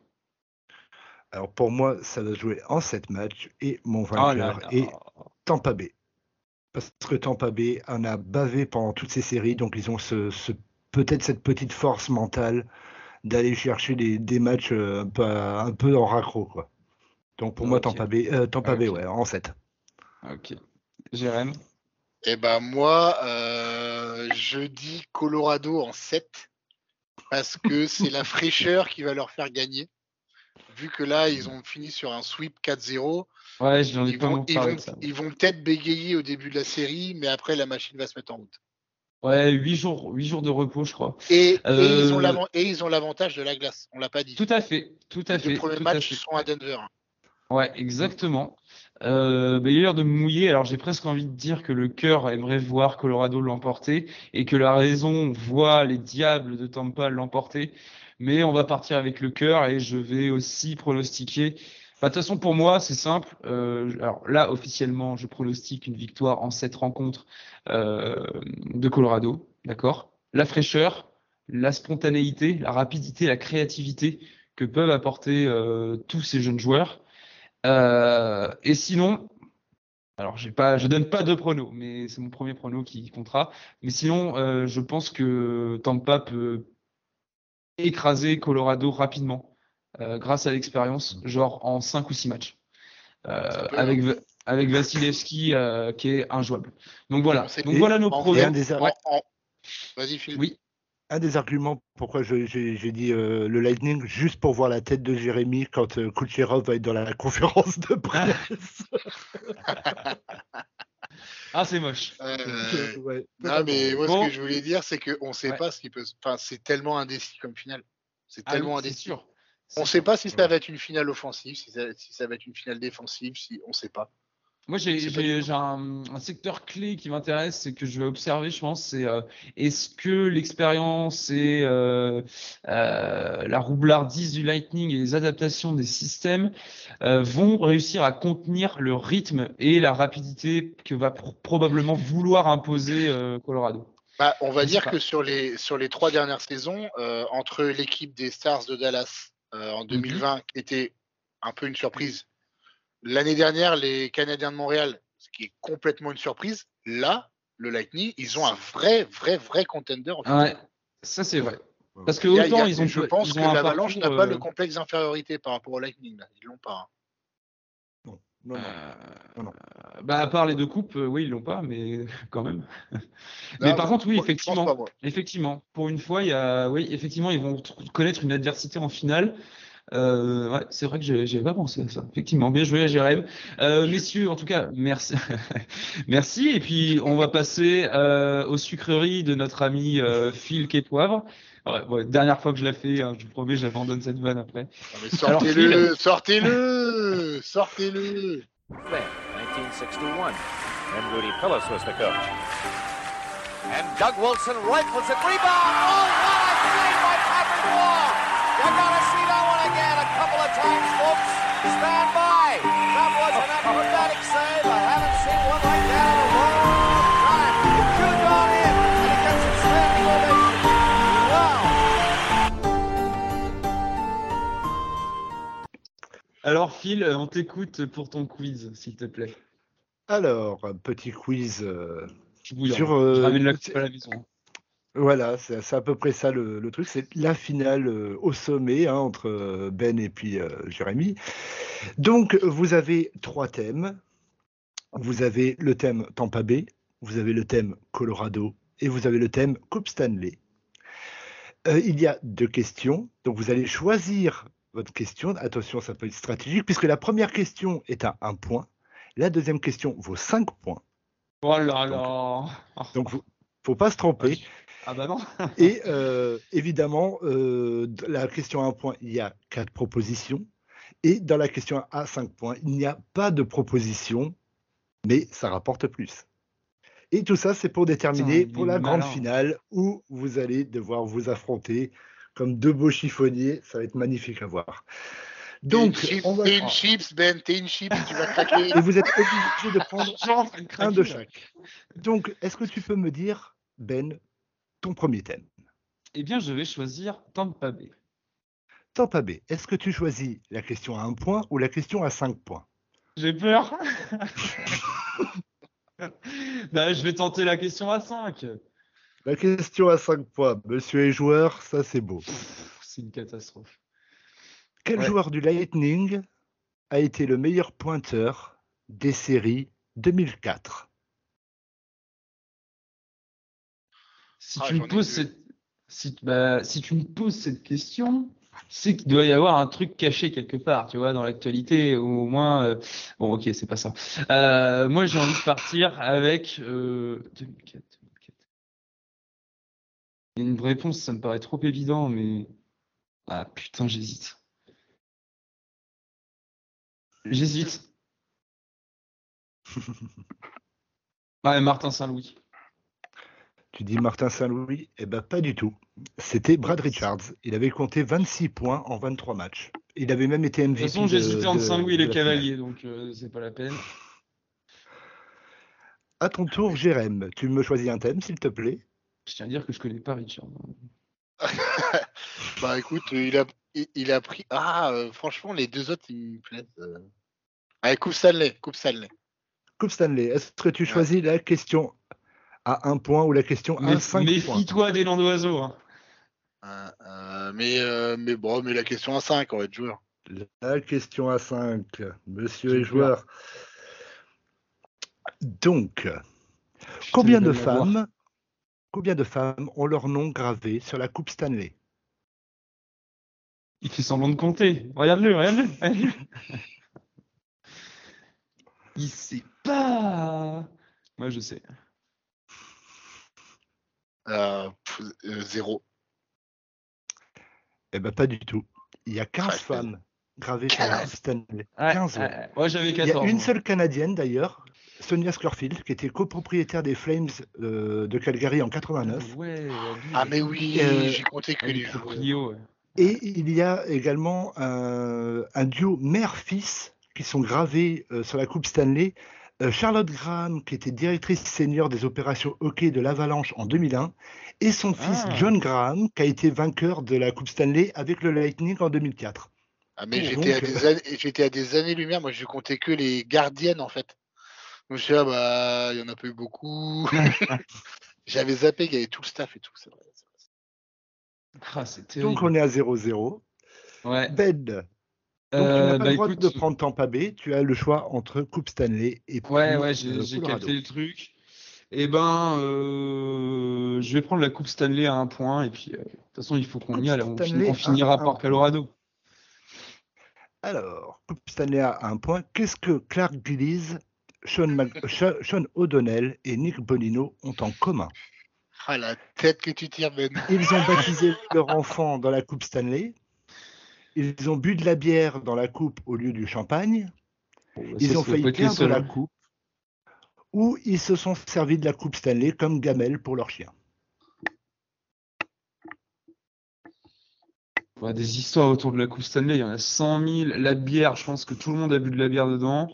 Alors pour moi, ça va jouer en sept matchs et mon Oh là vainqueur là. est Tampa Bay. Parce que Tampa Bay en a bavé pendant toutes ces séries, donc ils ont ce, ce- peut-être cette petite force mentale d'aller chercher des, des matchs euh, un peu, un peu en raccro, quoi. Donc pour moi, Ok. Tampa Bay, euh, Tampa Bay, Ok. ouais, en sept. Ok. Jérém. Et ben moi, euh, je dis Colorado en sept parce que c'est la fraîcheur qui va leur faire gagner. Vu que là, ils ont fini sur un sweep quatre zéro, Ouais, j'en ai ils pas vont, mon ils parler vont, de ça. ils vont peut-être bégayer au début de la série, mais après la machine va se mettre en route. Ouais, huit jours, huit jours de repos, je crois. Et, Euh, et ils ont l'avan- et ils ont l'avantage de la glace. On l'a pas dit. Tout à fait, tout à Les deux fait, premiers tout à matchs fait. sont à Denver. Ouais, exactement. Euh, bah, il a l'air de me mouiller. Alors j'ai presque envie de dire que le cœur aimerait voir Colorado l'emporter et que la raison voit les Diables de Tampa l'emporter. Mais on va partir avec le cœur et je vais aussi pronostiquer. Bah, de toute façon, pour moi, c'est simple. Euh, alors là, officiellement, je pronostique une victoire en sept rencontres euh, de Colorado. D'accord? La fraîcheur, la spontanéité, la rapidité, la créativité que peuvent apporter euh, tous ces jeunes joueurs. Euh, et sinon, alors j'ai pas, je donne pas de prono, mais c'est mon premier prono qui comptera. Mais sinon, euh, je pense que Tampa peut écraser Colorado rapidement euh, grâce à l'expérience, genre en cinq ou six matchs, euh, Ça peut, avec hein. avec Vasilevski euh, qui est injouable. Donc voilà. On sait- Donc Et- voilà nos en pronos. Et fait, un des, ar- Ouais, en- en- Vas-y, Phil. oui. un des arguments pourquoi je- j'ai j'ai dit euh, le Lightning, juste pour voir la tête de Jérémy quand euh, Kucherov va être dans la conférence de presse. Ah, c'est moche. Euh, Ouais, non, totalement, mais ouais. moi, Bon. ce que je voulais dire, c'est qu'on ne sait Ouais. pas ce qui peut. se- Enfin, c'est tellement indécis comme finale. C'est Ah oui, tellement c'est indécis. sûr. On ne C'est sait sûr. pas si ça Ouais. va être une finale offensive, si ça, si ça va être une finale défensive, si on ne sait pas. Moi, j'ai C'est pas j'ai- du tout. j'ai un, un secteur clé qui m'intéresse, c'est que je vais observer, je pense, c'est euh, est-ce que l'expérience et euh, euh, la roublardise du Lightning et les adaptations des systèmes euh, vont réussir à contenir le rythme et la rapidité que va pr- probablement vouloir imposer euh, Colorado. Bah, on va Je sais dire pas. que sur les, sur les trois dernières saisons, euh, entre l'équipe des Stars de Dallas euh, en deux mille vingt, qui était un peu une surprise, l'année dernière, les Canadiens de Montréal, ce qui est complètement une surprise, là, le Lightning, ils ont un vrai, vrai, vrai contender. En Ouais, ça c'est vrai. Parce que Il y a- il y autant a- ils ont, je pense ils que ont un l'Avalanche parcours, n'a pas euh, le complexe d'infériorité par rapport au Lightning. Là. Ils l'ont pas. hein. Non, non, non. euh, Non, non. bah à part les deux coupes, euh, oui ils l'ont pas, mais quand même. Mais Non, par bah, contre, oui, moi, je pense effectivement, pas, moi. effectivement, pour une fois, il y a, oui, effectivement, ils vont tr- connaître une adversité en finale. Euh, ouais, c'est vrai que j'ai j'avais pas pensé à ça. Effectivement, bien joué, Jérém. Euh, messieurs, en tout cas, merci, merci. Et puis, on va passer euh, aux sucreries de notre ami euh, Phil Quai Poivre. Ouais, ouais, dernière fois que je la fais, hein, je vous promets, j'abandonne cette vanne après. Non, mais Alors, sortez-le, sortez-le, sortez-le. nineteen sixty-one, and Rudy Phillips was the coach. And Doug Wilson rifles it, rebound! Oh, what a play by Patrick Wall! You gotta see that one again a couple of times, folks. Stand by. That was an acrobatic save. I haven't seen one like that in a long time. Good on him, and he gets a standing ovation. Wow! Alors, Phil, on t'écoute pour ton quiz, s'il te plaît. Alors, un petit quiz. euh, Je bouille, Sur, hein. Je euh, ramène la c'est- coupe à la maison. Voilà, c'est c'est à peu près ça le, le truc. C'est la finale euh, au sommet hein, entre euh, Ben et puis euh, Jérémy. Donc, vous avez trois thèmes. Vous avez le thème Tampa Bay, vous avez le thème Colorado et vous avez le thème Coupe Stanley. Euh, il y a deux questions. Donc, vous allez choisir votre question. Attention, ça peut être stratégique puisque la première question est à un point. La deuxième question vaut cinq points. Oh là là. Donc, il ne faut pas se tromper. Ah bah non. Et euh, évidemment, euh, la question à un point, il y a quatre propositions. Et dans la question à cinq points, il n'y a pas de proposition, mais ça rapporte plus. Et tout ça, c'est pour déterminer Putain, il pour est la grande malin. finale où vous allez devoir vous affronter comme deux beaux chiffonniers. Ça va être magnifique à voir. T'es une, Donc, chip, on va... t'es une chips, Ben, t'es une chips, tu vas craquer. Et vous êtes obligé de prendre Je suis en train de un craquer, de là. chaque. Donc, est-ce que tu peux me dire, Ben, ton premier thème? Eh bien, je vais choisir Tampa Bay. Tampa Bay, est-ce que tu choisis la question à un point ou la question à cinq points? J'ai peur. Bah, je vais tenter la question à cinq. La question à cinq points, monsieur et joueur, ça c'est beau. Pff, c'est une catastrophe. Quel Ouais. joueur du Lightning a été le meilleur pointeur des séries deux mille quatre? Si Ah, tu j'en me ai poses deux. cette... Si, bah, si tu me poses cette question, c'est qu'il doit y avoir un truc caché quelque part, tu vois, dans l'actualité, ou au moins... euh, Bon, ok, c'est pas ça. Euh, moi, j'ai envie de partir avec... Euh... deux mille quatre, deux mille quatre. Une réponse, ça me paraît trop évident, mais... Ah, putain, j'hésite. J'hésite. Ouais, Martin Saint-Louis. Tu dis Martin Saint-Louis? Eh ben pas du tout. C'était Brad Richards. Il avait compté vingt-six points en vingt-trois matchs. Il avait même été De toute M V P façon, de, j'hésitais entre de- Saint-Louis et de les la finale. Cavaliers, donc euh, c'est pas la peine. À ton tour, Jérém, tu me choisis un thème, s'il te plaît? Je tiens à dire que je connais pas Richard. Bah écoute, il a, il, il a pris. Ah, euh, franchement, les deux autres, ils me plaisent. euh. Allez, Coupe Stanley, Coupe Stanley. Coupe Stanley, est-ce que tu Ouais. choisis la question à un point ou la question à Méf- cinq points? Méfie-toi des noms d'oiseaux. Hein. Euh, euh, mais, euh, mais bon, mais la question à cinq, on va être joueur. La question à cinq, monsieur J'ai et peur. joueur. Donc, Putain, combien il de va l'avoir. femmes, combien de femmes ont leur nom gravé sur la Coupe Stanley? Il fait semblant de compter. Regarde-le, regarde-le. regarde-le. Il sait pas. Moi, je sais. Euh, pff, euh, zéro. Eh ben pas du tout. Il y a quinze Ah, je plaisante. femmes gravées sur la Coupe Stanley. Ouais, quinze, ouais. ouais. Moi, j'avais Il y a quatorze. une moi. seule Canadienne d'ailleurs, Sonia Scurfield, qui était copropriétaire des Flames euh, de Calgary en quatre-vingt-neuf. Ouais, abuse. Ah, mais oui, Euh, j'ai compté que Ouais, les les joueurs. proprios, ouais. Et il y a également un, un duo mère-fils qui sont gravés euh, sur la Coupe Stanley. Euh, Charlotte Graham, qui était directrice senior des opérations hockey de l'Avalanche en deux mille un, et son fils Ah. John Graham, qui a été vainqueur de la Coupe Stanley avec le Lightning en deux mille quatre. Ah, mais Pour j'étais à, donc, des années- j'étais à des années-lumière. Moi, je comptais que les gardiennes, en fait. Donc, je suis là, bah, il y en a pas eu beaucoup. J'avais zappé qu'il y avait tout le staff et tout. C'est vrai. c'est vrai. Ah, c'est donc terrible. on est à zéro zéro. Ouais. Ben, donc tu Euh, n'as pas bah le droit écoute, de prendre Tampa Bay, tu as le choix entre Coupe Stanley et puis ouais, ouais, j'ai euh, j'ai Colorado. capté le truc. Eh ben, euh, je vais prendre la Coupe Stanley à un point, et puis, euh, de toute façon, il faut qu'on Coupe y aille. On, fin- Stanley on finira à un par point. Colorado. Alors, Coupe Stanley à un point. Qu'est-ce que Clark Gillies, Sean, Mag- Sha- Sean O'Donnell et Nick Bonino ont en commun? Ah, la tête que tu tires, Ben. Ils ont baptisé leur enfant dans la Coupe Stanley. Ils ont bu de la bière dans la coupe au lieu du champagne. Bon, bah, Ils ça, ont ça doit failli pas être les perdre seuls, la hein. coupe. Ou ils se sont servis de la Coupe Stanley comme gamelle pour leur chien. Ouais, des histoires autour de la Coupe Stanley, il y en a cent mille. La bière, je pense que tout le monde a bu de la bière dedans.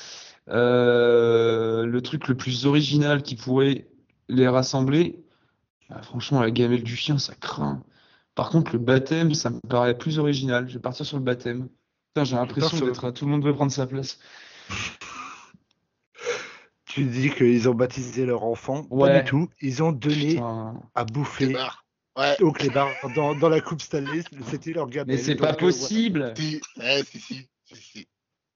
Euh, le truc le plus original qui pourrait les rassembler, ah, franchement, la gamelle du chien, ça craint. Par contre, le baptême, ça me paraît plus original. Je vais partir sur le baptême. Putain, j'ai l'impression sur le- d'être à tout le monde veut prendre sa place. Tu dis qu'ils ont baptisé leur enfant. Pas Ouais. du tout. Ils ont donné Putain. à bouffer Clébard. Ouais. au clébard dans, dans la Coupe Stanley. C'était leur gamelle. Mais c'est Donc, pas euh, voilà. possible. Si. Ouais, si, si. si, si.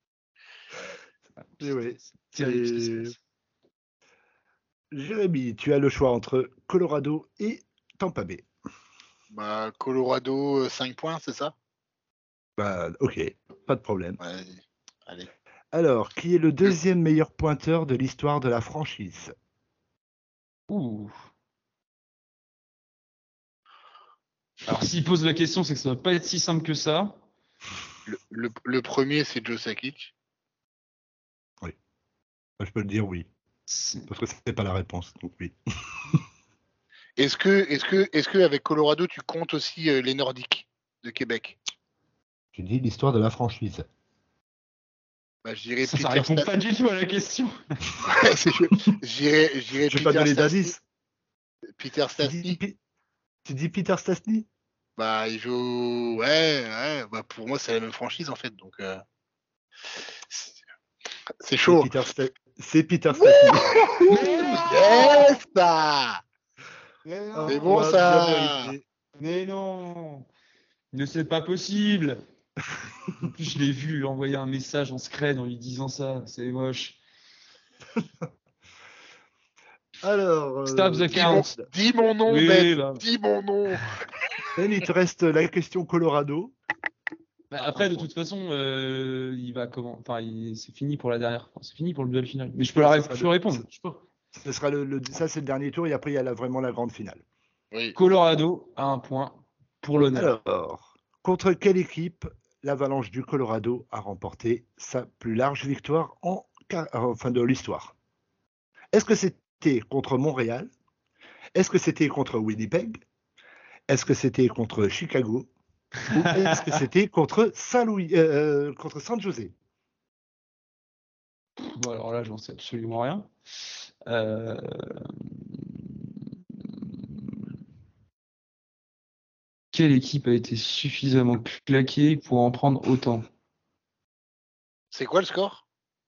Et ouais. C'est terrible ce qui se Et- passe. Jérémy, tu as le choix entre Colorado et Tampa Bay. Bah, Colorado, euh, cinq points, c'est ça? Bah, ok, pas de problème. Ouais, allez. Alors, qui est le deuxième meilleur pointeur de l'histoire de la franchise? Ouh. Alors, s'il pose la question, c'est que ça va pas être si simple que ça. Le, le, le premier, c'est Joe Sakic. Oui. Je peux le dire oui. C'est... Parce que c'était pas la réponse. Donc oui. Est-ce que, est-ce que, est-ce que avec Colorado, tu comptes aussi euh, les Nordiques de Québec? J'ai dit l'histoire de la franchise. Bah, je dirais Ça, ça Peter répond Stas- pas du tout à la question. C'est- je dirais, je dirais Je vais pas Peter donner Stastny. d'indice. Peter Tu dis, Stastny. Pi- tu dis Peter Stastny? Bah, il joue. Ouais, ouais. Bah, pour moi, c'est la même franchise en fait. Donc, euh, c'est c'est C'est chaud. Peter, Sta- c'est Peter Stastny. Yes, ça. Mais Ah, C'est bon, bien ça. mérité. Mais non, ne c'est pas possible. En plus, je l'ai vu lui envoyer un message en scred en lui disant ça. C'est moche. Alors, Stop the euh, Dis mon, count. dis mon nom, Oui, Ben. bah. Dis mon nom. Ben, il te reste la question Colorado. Bah, après, de toute façon, euh, il va comment Enfin, il- c'est fini pour la dernière. Enfin, c'est fini pour le duel final. Mais je peux, la ré- Ça sera je peux le- répondre. Je peux. Ce sera le, le- ça, c'est le dernier tour et après, il y a la- vraiment la grande finale. Oui. Colorado a un point pour l'honneur. Alors, contre quelle équipe l'Avalanche du Colorado a remporté sa plus large victoire en, ca- enfin, de l'histoire? Est-ce que c'était contre Montréal? Est-ce que c'était contre Winnipeg? Est-ce que c'était contre Chicago? Ou est-ce que c'était contre Saint-Louis, euh, contre San José? Bon, alors là, j'en sais absolument rien. Euh, Quelle équipe a été suffisamment claquée pour en prendre autant? C'est quoi le score?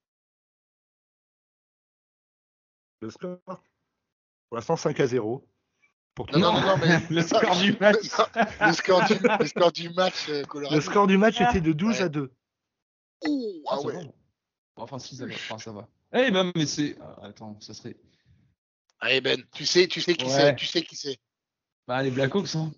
Le score? Pour l'instant, cinq à zéro. Pour Non, non, toi. non, non, mais Le score du match. le score du, le score du match euh, Colorado. Le score du match était de douze Ouais. à deux. Ouh, ah ça ouais. va. Enfin, si, ça va. Enfin, ça va. Eh ben, mais c'est. ah, Attends, ça serait. Allez Ben, tu sais, tu sais qui Ouais. c'est, tu sais qui c'est. Bah, les Blackhawks, hein.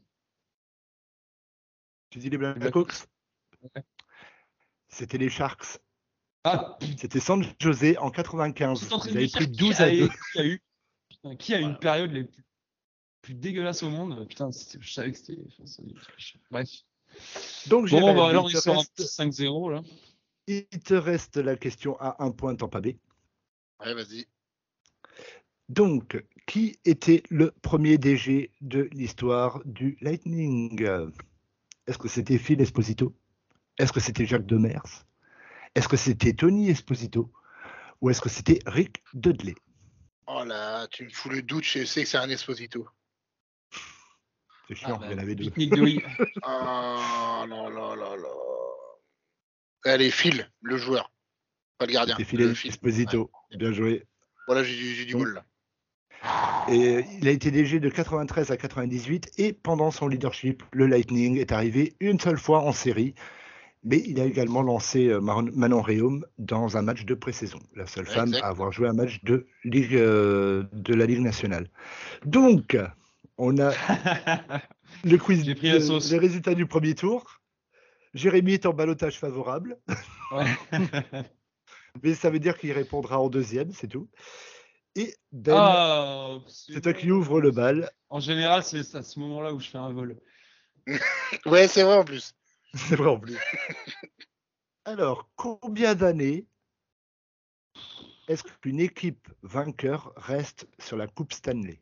Tu dis les Les Blackhawks? Ouais. C'était les Sharks. Ah, C'était San José en quatre-vingt-quinze. j'étais en train Ils de me avaient dire pris qui douze a, à deux. qui a eu. Putain, qui a eu une période les plus, plus dégueulasses au monde? Putain, c'était- je savais que c'était. enfin, ça- Bref. Donc, Bon, Jérémy, bah, là, on il, est te sur un reste, petit cinq zéro, là. il te reste la question à un point Tampa Bay. Ouais, vas-y. Donc, qui était le premier D G de l'histoire du Lightning? Est-ce que c'était Phil Esposito? Est-ce que c'était Jacques Demers? Est-ce que c'était Tony Esposito? Ou est-ce que c'était Rick Dudley? Oh là, tu me fous le doute, je sais que c'est un Esposito. C'est chiant, Ah, il y en bah, avait deux. pique-nique de oui. Ah là là là là. Allez, Phil, le joueur. Pas le gardien. C'était Phil le Phil. Esposito. Ouais. Bien joué. Voilà, j'ai du, j'ai du Donc, bol là. Et il a été D G de quatre-vingt-treize à quatre-vingt-dix-huit et pendant son leadership, le Lightning est arrivé une seule fois en série, mais il a également lancé euh, Maron- Manon Rhéaume dans un match de pré-saison, la seule Ouais, femme exact. à avoir joué un match de, Ligue, euh, de la Ligue nationale. Donc, on a le quiz, J'ai pris la sauce. les résultats du premier tour. Jérémy est en ballottage favorable, Ouais. mais ça veut dire qu'il répondra en deuxième, c'est tout. Et Ben, Ah, c'est toi qui ouvre le bal. En général, c'est à ce moment-là où je fais un vol. Ouais, c'est vrai en plus. C'est vrai en plus. Alors, combien d'années est-ce qu'une équipe vainqueur reste sur la Coupe Stanley?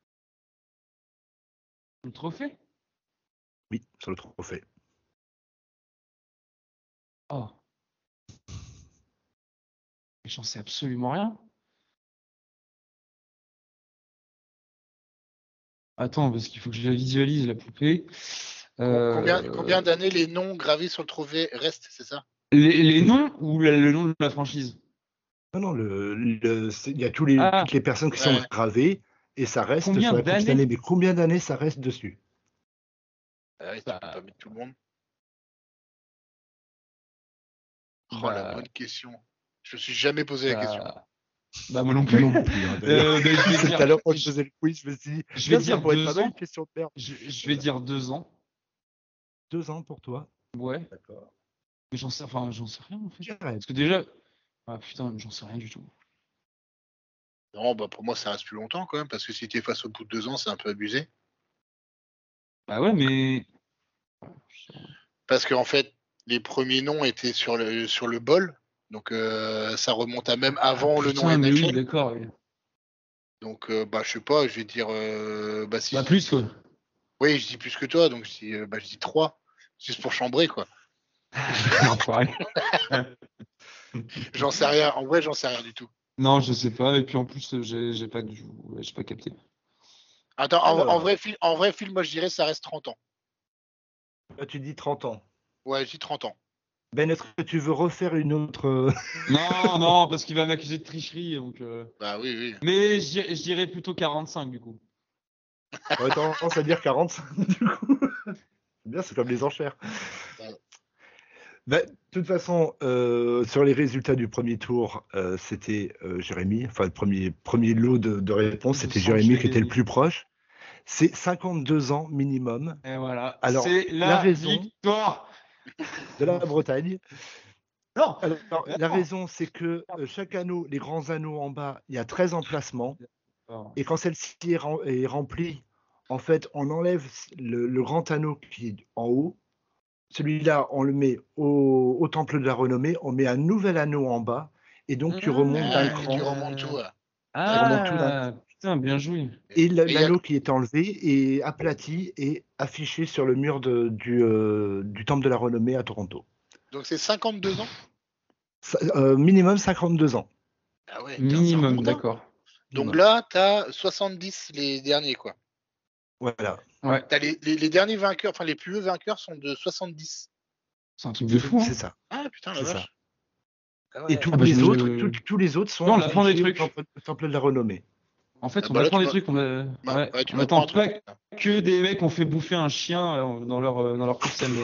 Le trophée? Oui, sur le trophée. Oh. J'en sais absolument rien. Attends, parce qu'il faut que je la visualise, la poupée. Euh, Combien, combien d'années les noms gravés sur le trophée restent, c'est ça? les, les noms ou la- le nom de la franchise? Non, non, le, le- c'est- il y a tous les, Ah. toutes les personnes qui Ouais. sont gravées et ça reste Combien sur la Coupe d'années Stanley. Mais combien d'années ça reste dessus? Ah ouais, tu Bah, peux pas mettre tout le monde. Oh Bah, la bonne question. Je me suis jamais posé la bah, question. bah, moi non Moi plus. non plus, hein, d'ailleurs. Euh, bah, je vais Tout dire, à l'heure, quand je faisais le quiz, je me suis dit, je vais tiens, ça dire pourrait être deux pas mal, ans. une question de merde. Je, je vais dire deux ans. Deux ans pour toi. Ouais. D'accord. Mais j'en sais, enfin, j'en sais rien en fait. Jared. Parce que déjà, ah putain, j'en sais rien du tout. Non, bah pour moi, ça reste plus longtemps quand même, parce que si tu es face au bout de deux ans, c'est un peu abusé. Bah ouais, mais Parce qu'en fait, les premiers noms étaient sur le, sur le bol. Donc, euh, ça remonte à même avant Ah, le putain, nom mais N F L. oui, d'accord. Oui. Donc, euh, bah, je sais pas, je vais dire. Euh, bah, si Bah, je- plus, quoi. Oui, je dis plus que toi, donc je dis, euh, bah, je dis trois. Juste pour chambrer, quoi. Enfoiré. J'en sais rien. En vrai, j'en sais rien du tout. Non, je sais pas. Et puis en plus, euh, j'ai j'ai pas, du- ouais, j'ai pas capté. Attends, en, Alors. en vrai, film, en vrai film, moi, je dirais ça reste trente ans. Là, tu dis trente ans. Ouais, je dis trente ans. Ben, est-ce que tu veux refaire une autre euh, Non, non, parce qu'il va m'accuser de tricherie. Donc, euh, Bah oui, oui. mais je dirais- je dirais plutôt quarante-cinq du coup. J'aurais tendance à dire quarante-cinq du coup. C'est bien, c'est comme les enchères. Ouais. Ben, de toute façon, euh, sur les résultats du premier tour, euh, c'était euh, Jérémy. Enfin, le premier, premier lot de, de réponses, Je c'était sens Jérémy que je qui vais était le gagner. plus proche. C'est cinquante-deux ans minimum. Et voilà. Alors, c'est la, la raison- victoire. De la Bretagne. Non. Alors, Mais la non. raison, c'est que euh, chaque anneau, les grands anneaux en bas, il y a treize emplacements. Et quand celle-ci est, rem- est remplie, en fait, on enlève le, le grand anneau qui est en haut. Celui-là, on le met au, au temple de la renommée. On met un nouvel anneau en bas. Et donc, tu remontes d'un Ah, cran. tu remontes tout. Ouais. remontes tout Ah, putain, bien joué. Et la- Et y a- l'anneau qui est enlevé est aplati et affiché sur le mur de- du, euh, du temple de la renommée à Toronto. Donc, c'est cinquante-deux ans. Ça- euh, minimum cinquante-deux ans. Ah ouais, putain, ça Minimum, remonte, hein. d'accord. Donc là, t'as soixante-dix les derniers, quoi. Voilà. Ouais, T'as les, les, les derniers vainqueurs, enfin les plus hauts vainqueurs sont de soixante-dix. c'est un truc de fou. Hein. C'est ça. Ah putain, la C'est vache. ça. Ah ouais. Et tous Ah bah, les je- autres, je- tous- tous les autres sont Non, on apprend des affichés au trucs. temple, au temple de la renommée. En fait, Ah on bah là, apprend tu des m'as- trucs. On, a... Bah, ouais, ouais, tu on m'apprends attend un pas truc. que des mecs ont fait bouffer un chien euh, dans leur, euh, dans leur course M.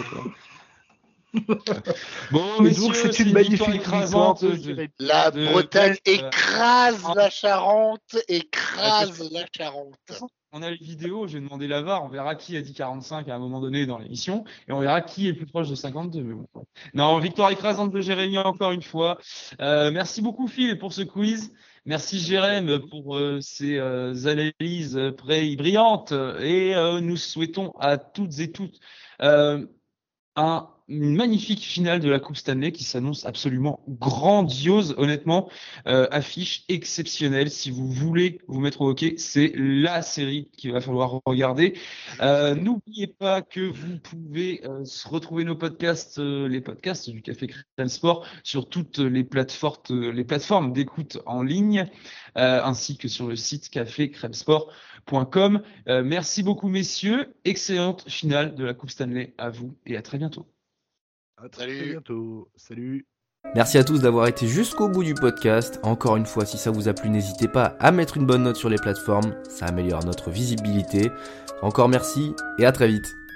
Bon, Et messieurs, donc, c'est c'est une une victoire magnifique écrasante. victoire de de- Jérémy. La de Bretagne Brest, euh, écrase ah. la Charente, écrase la Charente. On a les vidéos, j'ai demandé la V A R, on verra qui a dit quarante-cinq à un moment donné dans l'émission, et on verra qui est le plus proche de cinquante-deux. Mais bon. Non, victoire écrasante de Jérémy encore une fois. Euh, merci beaucoup Phil pour ce quiz. Merci Jérém pour euh, ces euh, analyses pré brillantes. Et euh, nous souhaitons à toutes et toutes euh, un, une magnifique finale de la Coupe Stanley qui s'annonce absolument grandiose, honnêtement. Euh, affiche exceptionnelle. Si vous voulez vous mettre au hockey, c'est la série qu'il va falloir regarder. Euh, n'oubliez pas que vous pouvez euh, retrouver nos podcasts, euh, les podcasts du Café Crème Sport, sur toutes les plateformes, euh, les plateformes d'écoute en ligne, euh, ainsi que sur le site café crème sport point com. Euh, merci beaucoup, messieurs. Excellente finale de la Coupe Stanley à vous et à très bientôt. À très Salut. bientôt. Salut. Merci à tous d'avoir été jusqu'au bout du podcast. Encore une fois, si ça vous a plu, n'hésitez pas à mettre une bonne note sur les plateformes. Ça améliore notre visibilité. Encore merci et à très vite.